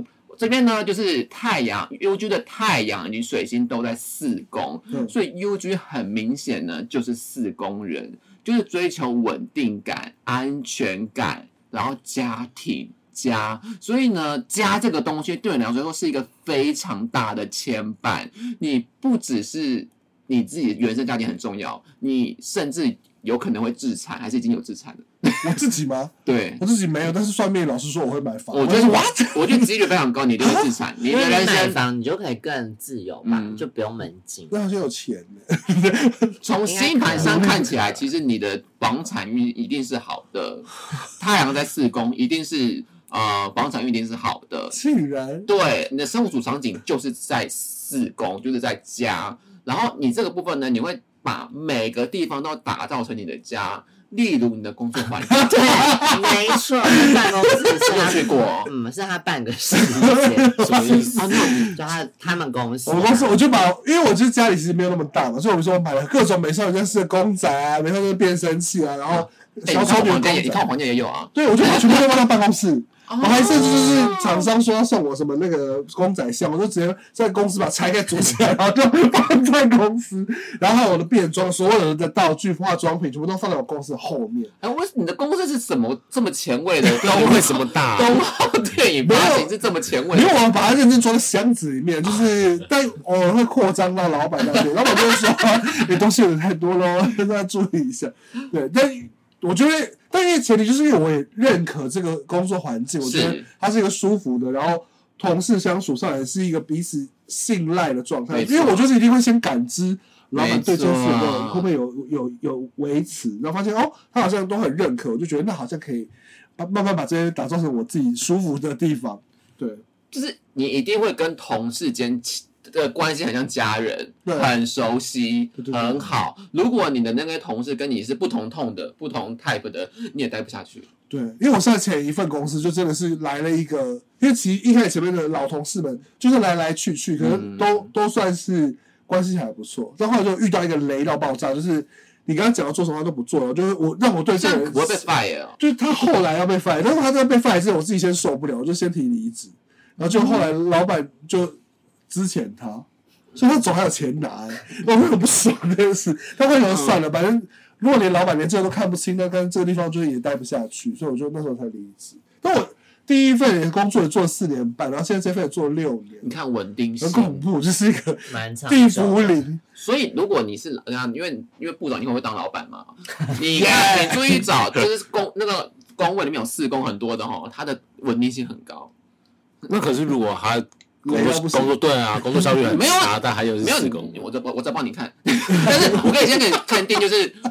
这边呢就是太阳 UG 的太阳以及水星都在4宫，所以 UG 很明显呢就是4宫人，就是追求稳定感、安全感，然后家庭。所以呢，家这个东西对你来说是一个非常大的牵绊。你不只是你自己的原生家庭很重要，你甚至有可能会自残，还是已经有自残了。 我自己吗？ 对， 我自己没有，但是算命老师说我会买房。 我觉得几率非常高，你一定会自残。你的人买生房你就可以更自由吧，你就不用门禁。 那好像有钱呢。 从星盘上看起来，其实你的房产运一定是好的。太阳在4宫，一定是房产运一定是好的。 竟然对，你的生活主场景就是在4宫，就是在家。然后你这个部分呢，你会把每个地方都打造成你的家。例如你的工作环境， 对，没错，办公室是他去过， 是他半个世界， 什么意思？ 就他们公司， 我们公司我就把，因为我就是家里其实没有那么大嘛，所以我们说我买了各种美少女战士的公仔啊，美少女变声器啊，然后小丑女的公仔， 你看我房间也有啊， 对，我就把全部都放到办公室。我还甚至就是厂商说要送我什么那个公仔箱，我就直接在公司把它拆开组起来，然后就放在公司。然后还有我的变装，所有的道具、化妆品全部都放在我公司后面。 你的公司是什么这么前卫的？ 为什么大？ 东浩电影发行是这么前卫的？ 因为我把它认真装在箱子里面，就是但偶尔会扩张到老板那边。老板就会说：“你东西有点太多咯，大家注意一下。”对，但我觉得。但因为前提就是因为我也认可这个工作环境，我觉得它是一个舒服的，然后同事相处上也是一个彼此信赖的状态。因为我就是一定会先感知老板对这件事会不会有维持，然后发现他好像都很认可，我就觉得那好像可以慢慢把这些打造成我自己舒服的地方。对， 就是你一定会跟同事间的关系很像家人，很熟悉，很好。如果你的那个同事跟你是不同痛的、不同 type 的，你也待不下去。 对，因为我上前一份公司就真的是来了一个，因为其实一开始前面的老同事们就是来去，可能都算是关系还不错。但后来就遇到一个雷到爆炸，就是你刚刚讲要做什么他都不做了，就是让我对这个人不会被 fire， 就是他后来要被 fire， 但是他在被 fire 之前，我自己先受不了，我就先提离职，然后就后来老板就资遣他，所以他总还有钱拿，我很不爽这件事。他会想算了，反正如果连老板连这个都看不清，那跟这个地方就是也待不下去，所以我就那时候才离职。但我第一份工作也做了4年半，然后现在这份也做了6年。 你看稳定性， 很恐怖，就是一个蛮长地府灵。 所以如果你是因为部长以后会当老板嘛，你看你注意找，就是那个工位里面有4宫很多的哈，它的稳定性很高。 那可是如果他工作对啊，工作效率很差，但还有是4宫， 我再帮你看。但是我可以先给你看定，就是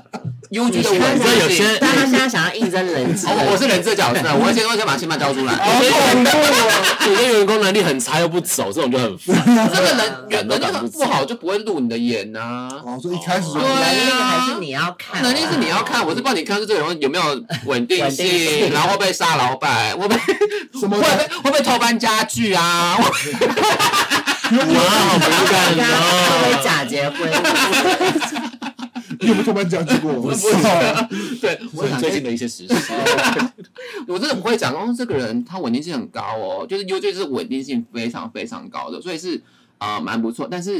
UG 的稳定性。 但他现在想要应征人质， 我是人质角色，我先把星盘交出来。 有些员工能力很差又不走，这种就很烦。 这个人能力不好就不会入你的眼呐。 所以一开始就能力还是你要看， 能力是你要看，我是帮你看，是这个人有没有稳定性，然后会不会杀老板，会不会偷搬家具啊？ 哇，好敏感哦！ 会不会假结婚？ 你有没有偷搬家具过？ 不是，对， 我最近的一些实事， 我真的不会讲说这个人他稳定性很高哦，就是尤其是稳定性非常非常高的，所以是蛮不错。但是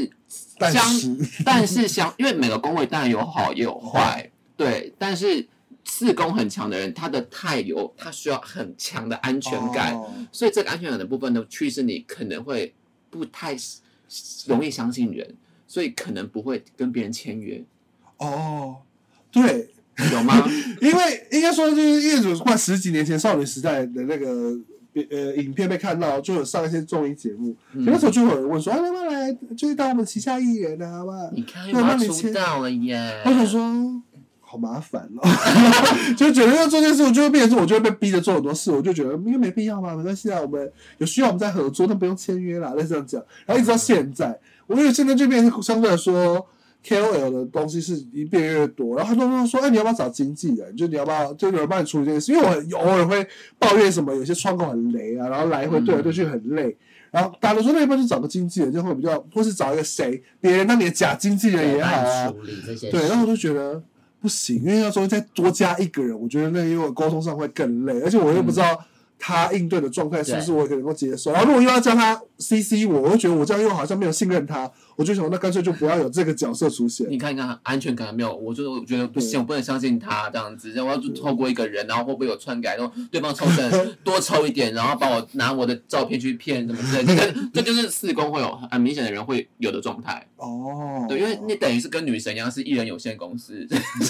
因为每个宫位当然有好也有坏，对，但是4宫很强的人，他的太阳他需要很强的安全感，所以这个安全感的部分呢，驱使你可能会不太容易相信人，所以可能不会跟别人签约。 对， 有吗？ 因为应该说就是业主快10几年前少女时代的那个影片被看到，就有上一些综艺节目，那时候就有人问说：“要不要来就是当我们旗下艺人啊？好不好？” 你看又要出道了耶！ 我想说。好麻烦哦，就觉得要做这件事，我就会变成我就会被逼着做很多事，我就觉得应该没必要嘛，没关系啊，我们有需要我们再合作，但不用签约啦，类似这样讲。然后一直到现在，我觉得现在就变成相对来说 KOL 的东西是一变越多，然后很多人说，你要不要找经纪人？就你要不要就有人帮你处理这件事？因为我偶尔会抱怨什么，有些窗口很雷啊，然后来回对来对去很累。然后大家都说，那要不要就找个经纪人，就会比较，或是找一个别人当你的假经纪人也好啊。对，然后我就觉得。不行，因为要说再多加一个人，我觉得那因为我沟通上会更累，而且我又不知道他应对的状态是不是我也能够接受？然后如果又要叫他 CC 我会觉得我这样又好像没有信任他，我就想那干脆就不要有这个角色出现。 你看一看安全感没有？我觉得不行，我不能相信他这样子，然后我要透过一个人，然后会不会有篡改，然后对方抽成多抽一点，然后把我拿我的照片去骗什么之类的，这就是四宫会有很明显的人会有的状态。 哦， 对，因为你等于是跟女神一样，是艺人有限公司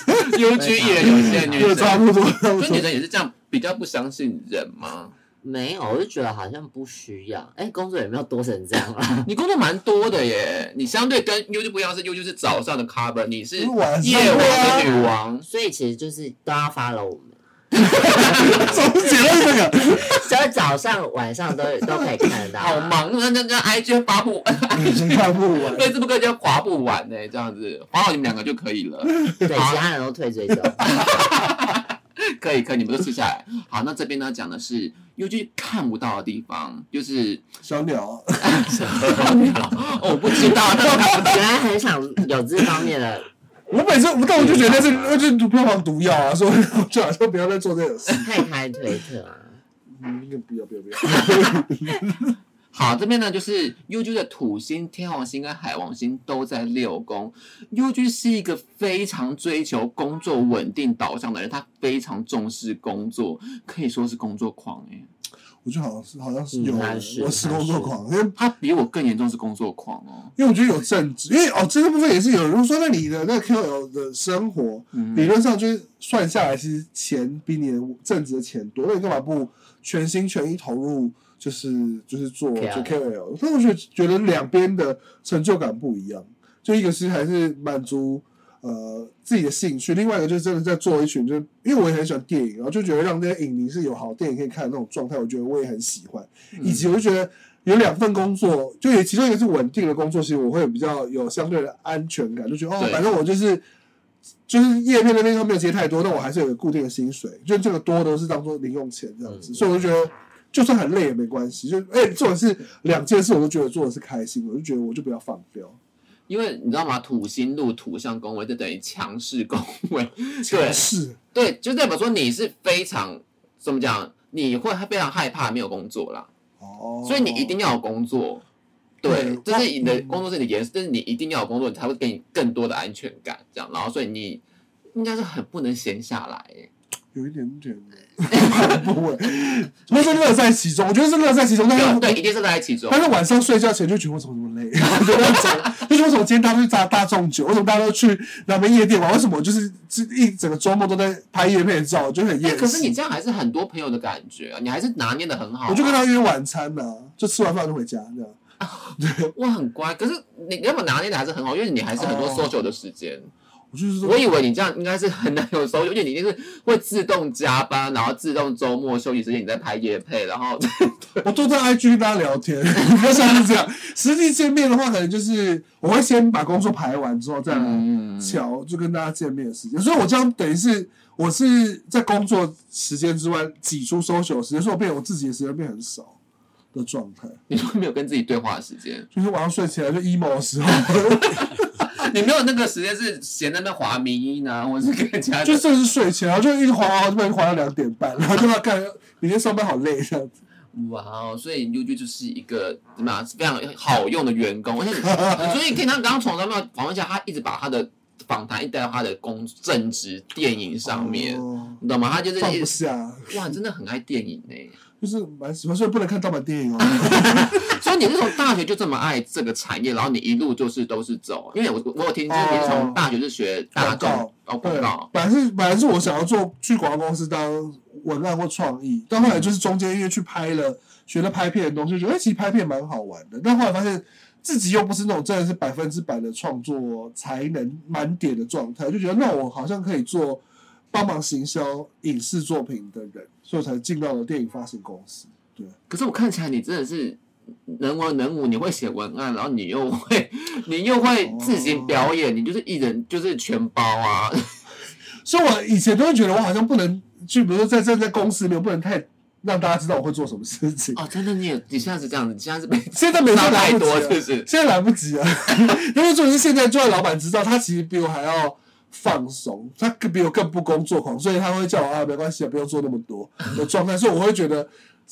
，UG 艺人有限女神， 差不多。 所以女神也是这样，比较不相信人吗？ 没有，我就觉得好像不需要。工作也没有多成这样啦。 你工作蛮多的耶，你相对跟 UG 不一样，是 UG 是早上的 cover， 你是夜王的女王， 所以其实就是都要 follow 我们。 怎么结论这个？ 就是早上晚上都可以看得到。 好忙，那 IG 发不完， 看不完， 对，这不可以叫划不完呢，这样子划好你们2个就可以了。 对，其他人都退追踪。 可以，你们都吃下来。好，那这边呢讲的是 UG 看不到的地方，就是小鸟。 我不知道， 原来很想有这方面的。 但我就觉得那是票房毒药啊，所以我就好像不要再做这种事。 太开推特啊！ 不要。 好，这边呢就是 UG 的土星、天王星跟海王星都在6宫。UG 是一个非常追求工作稳定导向的人，他非常重视工作，可以说是工作狂哎。 我觉得好像是有，我是工作狂，因为他比我更严重是工作狂哦。 因为我觉得有正职，因为这个部分也是有人说，那你的那个 KOL 的生活，理论上就是算下来，其实钱比你的正职的钱多，那你干嘛不全心全意投入？就是做 KOL， 但我觉得两边的成就感不一样，就一个是还是满足自己的兴趣，另外一个就是真的在做一群，就是因为我也很喜欢电影，然后就觉得让这些影迷是有好电影可以看的那种状态，我觉得我也很喜欢，以及我就觉得有2份工作，就也其中一个是稳定的工作，其实我会比较有相对的安全感，就觉得反正我就是业配那边没有接太多，但我还是有个固定的薪水，就这个多都是当做零用钱这样子，所以我就觉得。就算很累也没关系，就做的是2件事，我都觉得做的是开心，我就觉得我就不要放掉。 因为你知道吗？土星入土象宫位，就等于强势宫位。 强势， 对，就代表说你是非常怎么讲？你会非常害怕没有工作啦。哦，所以你一定要有工作。对，这是你的工作是你的颜色，但是你一定要有工作，才会给你更多的安全感。这样，然后所以你应该是很不能闲下来。 有一点点，不会，那是乐在其中。我觉得是乐在其中，但是对，一定是乐在其中。 但是晚上睡觉前就觉得我怎么那么累，就是为什么今天大家都去大众酒，为什么大家都去哪边夜店玩？为什么就是一整个周末都在拍夜配照，就很厌世。 可是你这样还是很多朋友的感觉啊，你还是拿捏的很好。 我就跟他约晚餐啊，就吃完饭就回家这样。 对，哇，很乖。可是你要么拿捏的还是很好，因为你还是很多 social 的时间。 我以为你这样应该是很难有收入，因为你一定是会自动加班，然后自动周末休息时间你在拍业配，然后我都在 IG 跟大家聊天，不像是这样。实际见面的话，可能就是我会先把工作排完之后再来瞧，就跟大家见面的时间。所以我这样等于是我是在工作时间之外挤出 social 时间，所以我自己的时间变很少的状态。 你说没有跟自己对话的时间， 就是晚上睡起来就 emo 的时候。 你没有那个时间是闲在那边滑迷音啊，或是跟其他就真的是睡前，然后就一直滑，这边滑到2点半，然后就要干，明天上班好累这样子。 哇哦，所以 UG 就是一个怎么样非常好用的员工，而且所以你可以看刚刚从他们访问下，他一直把他的访谈一带到他的正职电影上面，你懂吗？他就是放不下。 哇，你真的很爱电影呢。 就是蛮喜欢，所以不能看盗版电影哦。 所以你是从大学就这么爱这个产业，然后你一路都是走，因为我有听说你是从大学是学大众广告， 本来是我想要去广告公司当文案或创意，但后来就是中间因为去学了拍片的东西，觉得其实拍片蛮好玩的，但后来发现自己又不是那种真的是100%的创作才能满点的状态，就觉得那我好像可以做帮忙行销影视作品的人，所以我才进到了电影发行公司。对， 可是我看起来你真的是能文能武，你会写文案，然后你又会自行表演，你就是艺人，就是全包啊。 所以我以前都会觉得我好像不能，就比如说在公司里面不能太让大家知道我会做什么事情。 哦，真的你现在是这样子，你现在是现在没太多，是不是？ 现在来不及了，因为就是现在就让老板知道，他其实比我还要放松，他比我更不工作狂，所以他会叫我没关系，不用做那么多的状态，所以我会觉得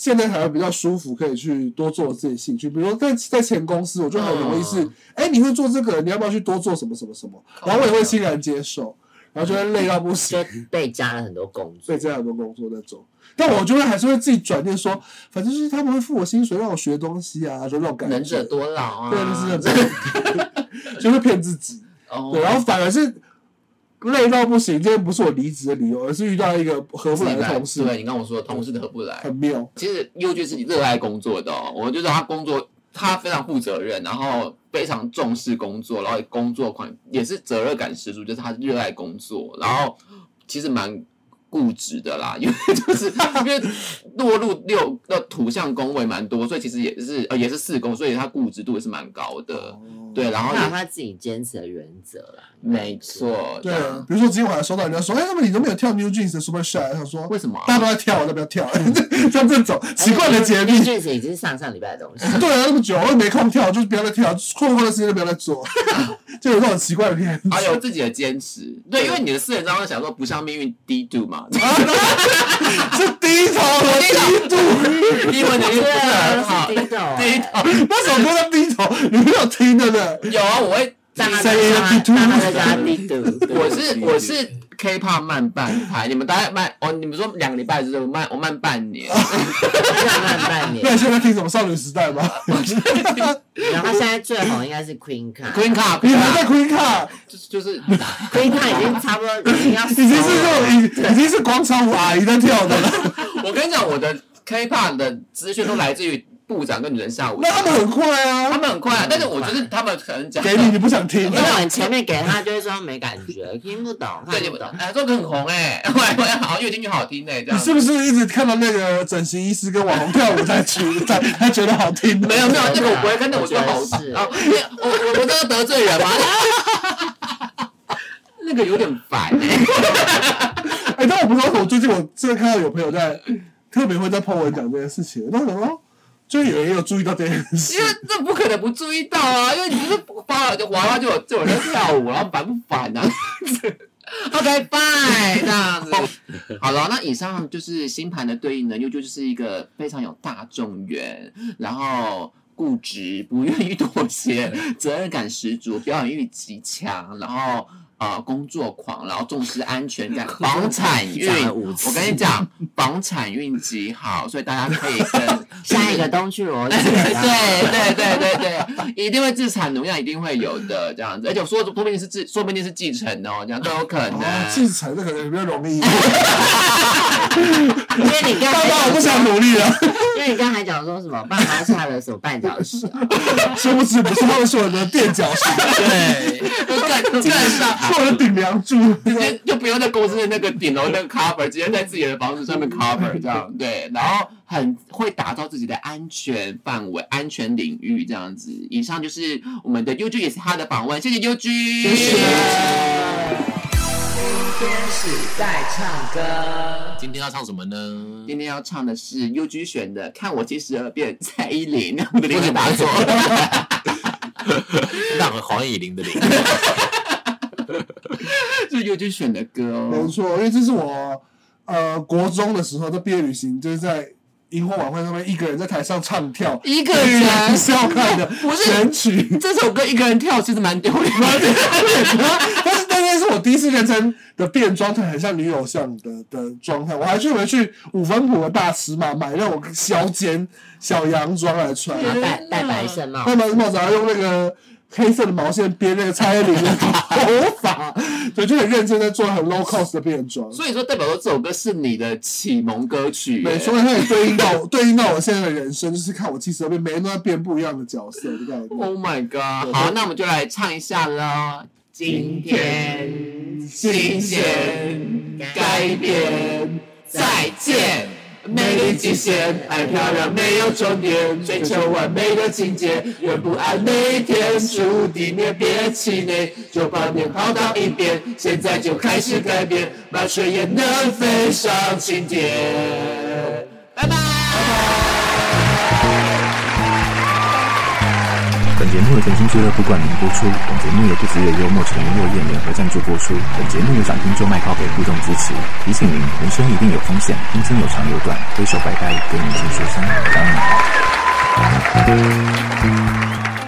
现在才会比较舒服，可以去多做自己的兴趣。比如说在前公司，我就很容易是，你会做这个，你要不要去多做什么什么什么？然后我也会欣然接受，然后就会累到不行， 就被加了很多工作， 被加了很多工作那种。但我就会还是会自己转念说，反正就是他们会付我薪水，让我学东西啊，就那种感觉。 能者多劳啊， 对，就是就会骗自己。对，然后反而是。累到不行，今天不是我离职的理由，而是遇到一个合不来的同事。 对，你刚我说的同事合不来， 很妙。 其实优俊是热爱工作的哦，我觉得他工作他非常负责任，然后非常重视工作，然后工作狂也是责任感十足，就是他热爱工作，然后其实蛮固执的啦，因为落入6个土象宫位蛮多，所以其实也是4宫，所以他固执度也是蛮高的。对，然后他自己坚持的原则啦。 没错， 对，比如说今天我还收到人家说，他们你都没有跳 New Jeans 的 Super Shy， 他说为什么大家都在跳，我要不要跳？像这种奇怪的节目 ，New Jeans 已经是上礼拜的东西。 对啊，那么久我也没空跳，就是不要再跳，空的时间就不要再做，就有这种奇怪的片子。 还有自己的坚持，对，因为你的4人张想说不像命运低度嘛， 是低头的低度， 英文能力不是很好， 低头， 那首歌叫低头，你没有听的呢？ 有啊，我会。 大家在加低度， 我是 K-pop 慢半拍，你们大概慢你们说2个礼拜是我慢半年， 慢半年。 那你现在听什么少女时代吗？ 然后现在最红应该是 Queen Card， 你还在 Queen Card， 就是 Queen Card 已经差不多已经是广场舞阿姨在跳的了。 我跟你讲，我的 K-pop 的资讯都来自于部长跟女人下午， 那他们很快啊， 但是我觉得他们可能讲给你不想听， 因为我前面给他就会说没感觉，听不懂，看不懂。 这个很红后来好像越听越好听这样。 你是不是一直看到那个整形医师跟网红跳舞才觉得好听？ 没有，那个我不会看，那我觉得好是我这个得罪人吗？那个有点烦但我不知道，我最近真的看到有朋友在特别会在 po 文讲这件事情，然后我想就有人有注意到这件事， 因为这不可能不注意到啊，因为你就是发了娃娃就有人跳舞，然后烦不烦啊？OK fine， 这样子。好了，那以上就是星盘的对应呢，就是一个非常有大众缘，然后固执，不愿意妥协，责任感十足，表演欲极强，然后工作狂，然后重视安全感，房产运，我跟你讲，房产运极好，所以大家可以跟下一个东区罗对， 一定会自产农药，一定会有的这样子，而且说不定是继承哦，这样都有可能。 继承这可能比较容易，因为你刚才我不想努力了， 因为你刚才讲说什么爸妈下了什么绊脚石， 殊不知不是他们说的垫脚石， 对，更上。 或者顶梁柱， 直接就不用在公司的那个顶楼那个 cover， 直接在自己的房子上面 cover 这样，对，然后很会打造自己的安全范围、安全领域这样子。以上就是我们的 UG 也是他的访问，谢谢 UG， 谢谢。 今天是在唱歌， 今天要唱什么呢？ 今天要唱的是 UG 选的《看我72遍》，蔡依林，我的铃声打错， 让黄以玲的铃。 是UG选的歌哦， 没错，因为这是我国中的时候在毕业旅行，就是在萤火晚会上面一个人在台上唱跳， 一个人是要看的选曲。 这首歌一个人跳其实蛮丢脸的， 但是我第一次认真的变装，很像女偶像的状态。我还去五分埔的大尺码买那种小尖小洋装来穿， 戴白色帽， 戴白色帽子，然后用那个黑色的毛线编那个蔡依林的头发，对，就很认真在做很 low cost 的变装。 所以说，代表说这首歌是你的启蒙歌曲， 没错，它也对应到我现在的人生，就是看我72遍，每天都在变不一样的角色的概念。 Oh my god！ 好，那我们就来唱一下咯。今天新鲜改变，再见。美丽极限，爱漂亮没有终点，追求完美的境界，人不爱每天触地面，别气馁，就把脸抛到一边，现在就开始改变，把水也能飞上青天。拜拜。 本节目由甜心俱乐部冠名播出，本节目由不只有幽默陈林落叶联合赞助播出，本节目由掌听就卖靠北互动支持。提醒您，人生一定有风险，阴茎有长有短，挥手拜拜，跟您说声，当然好。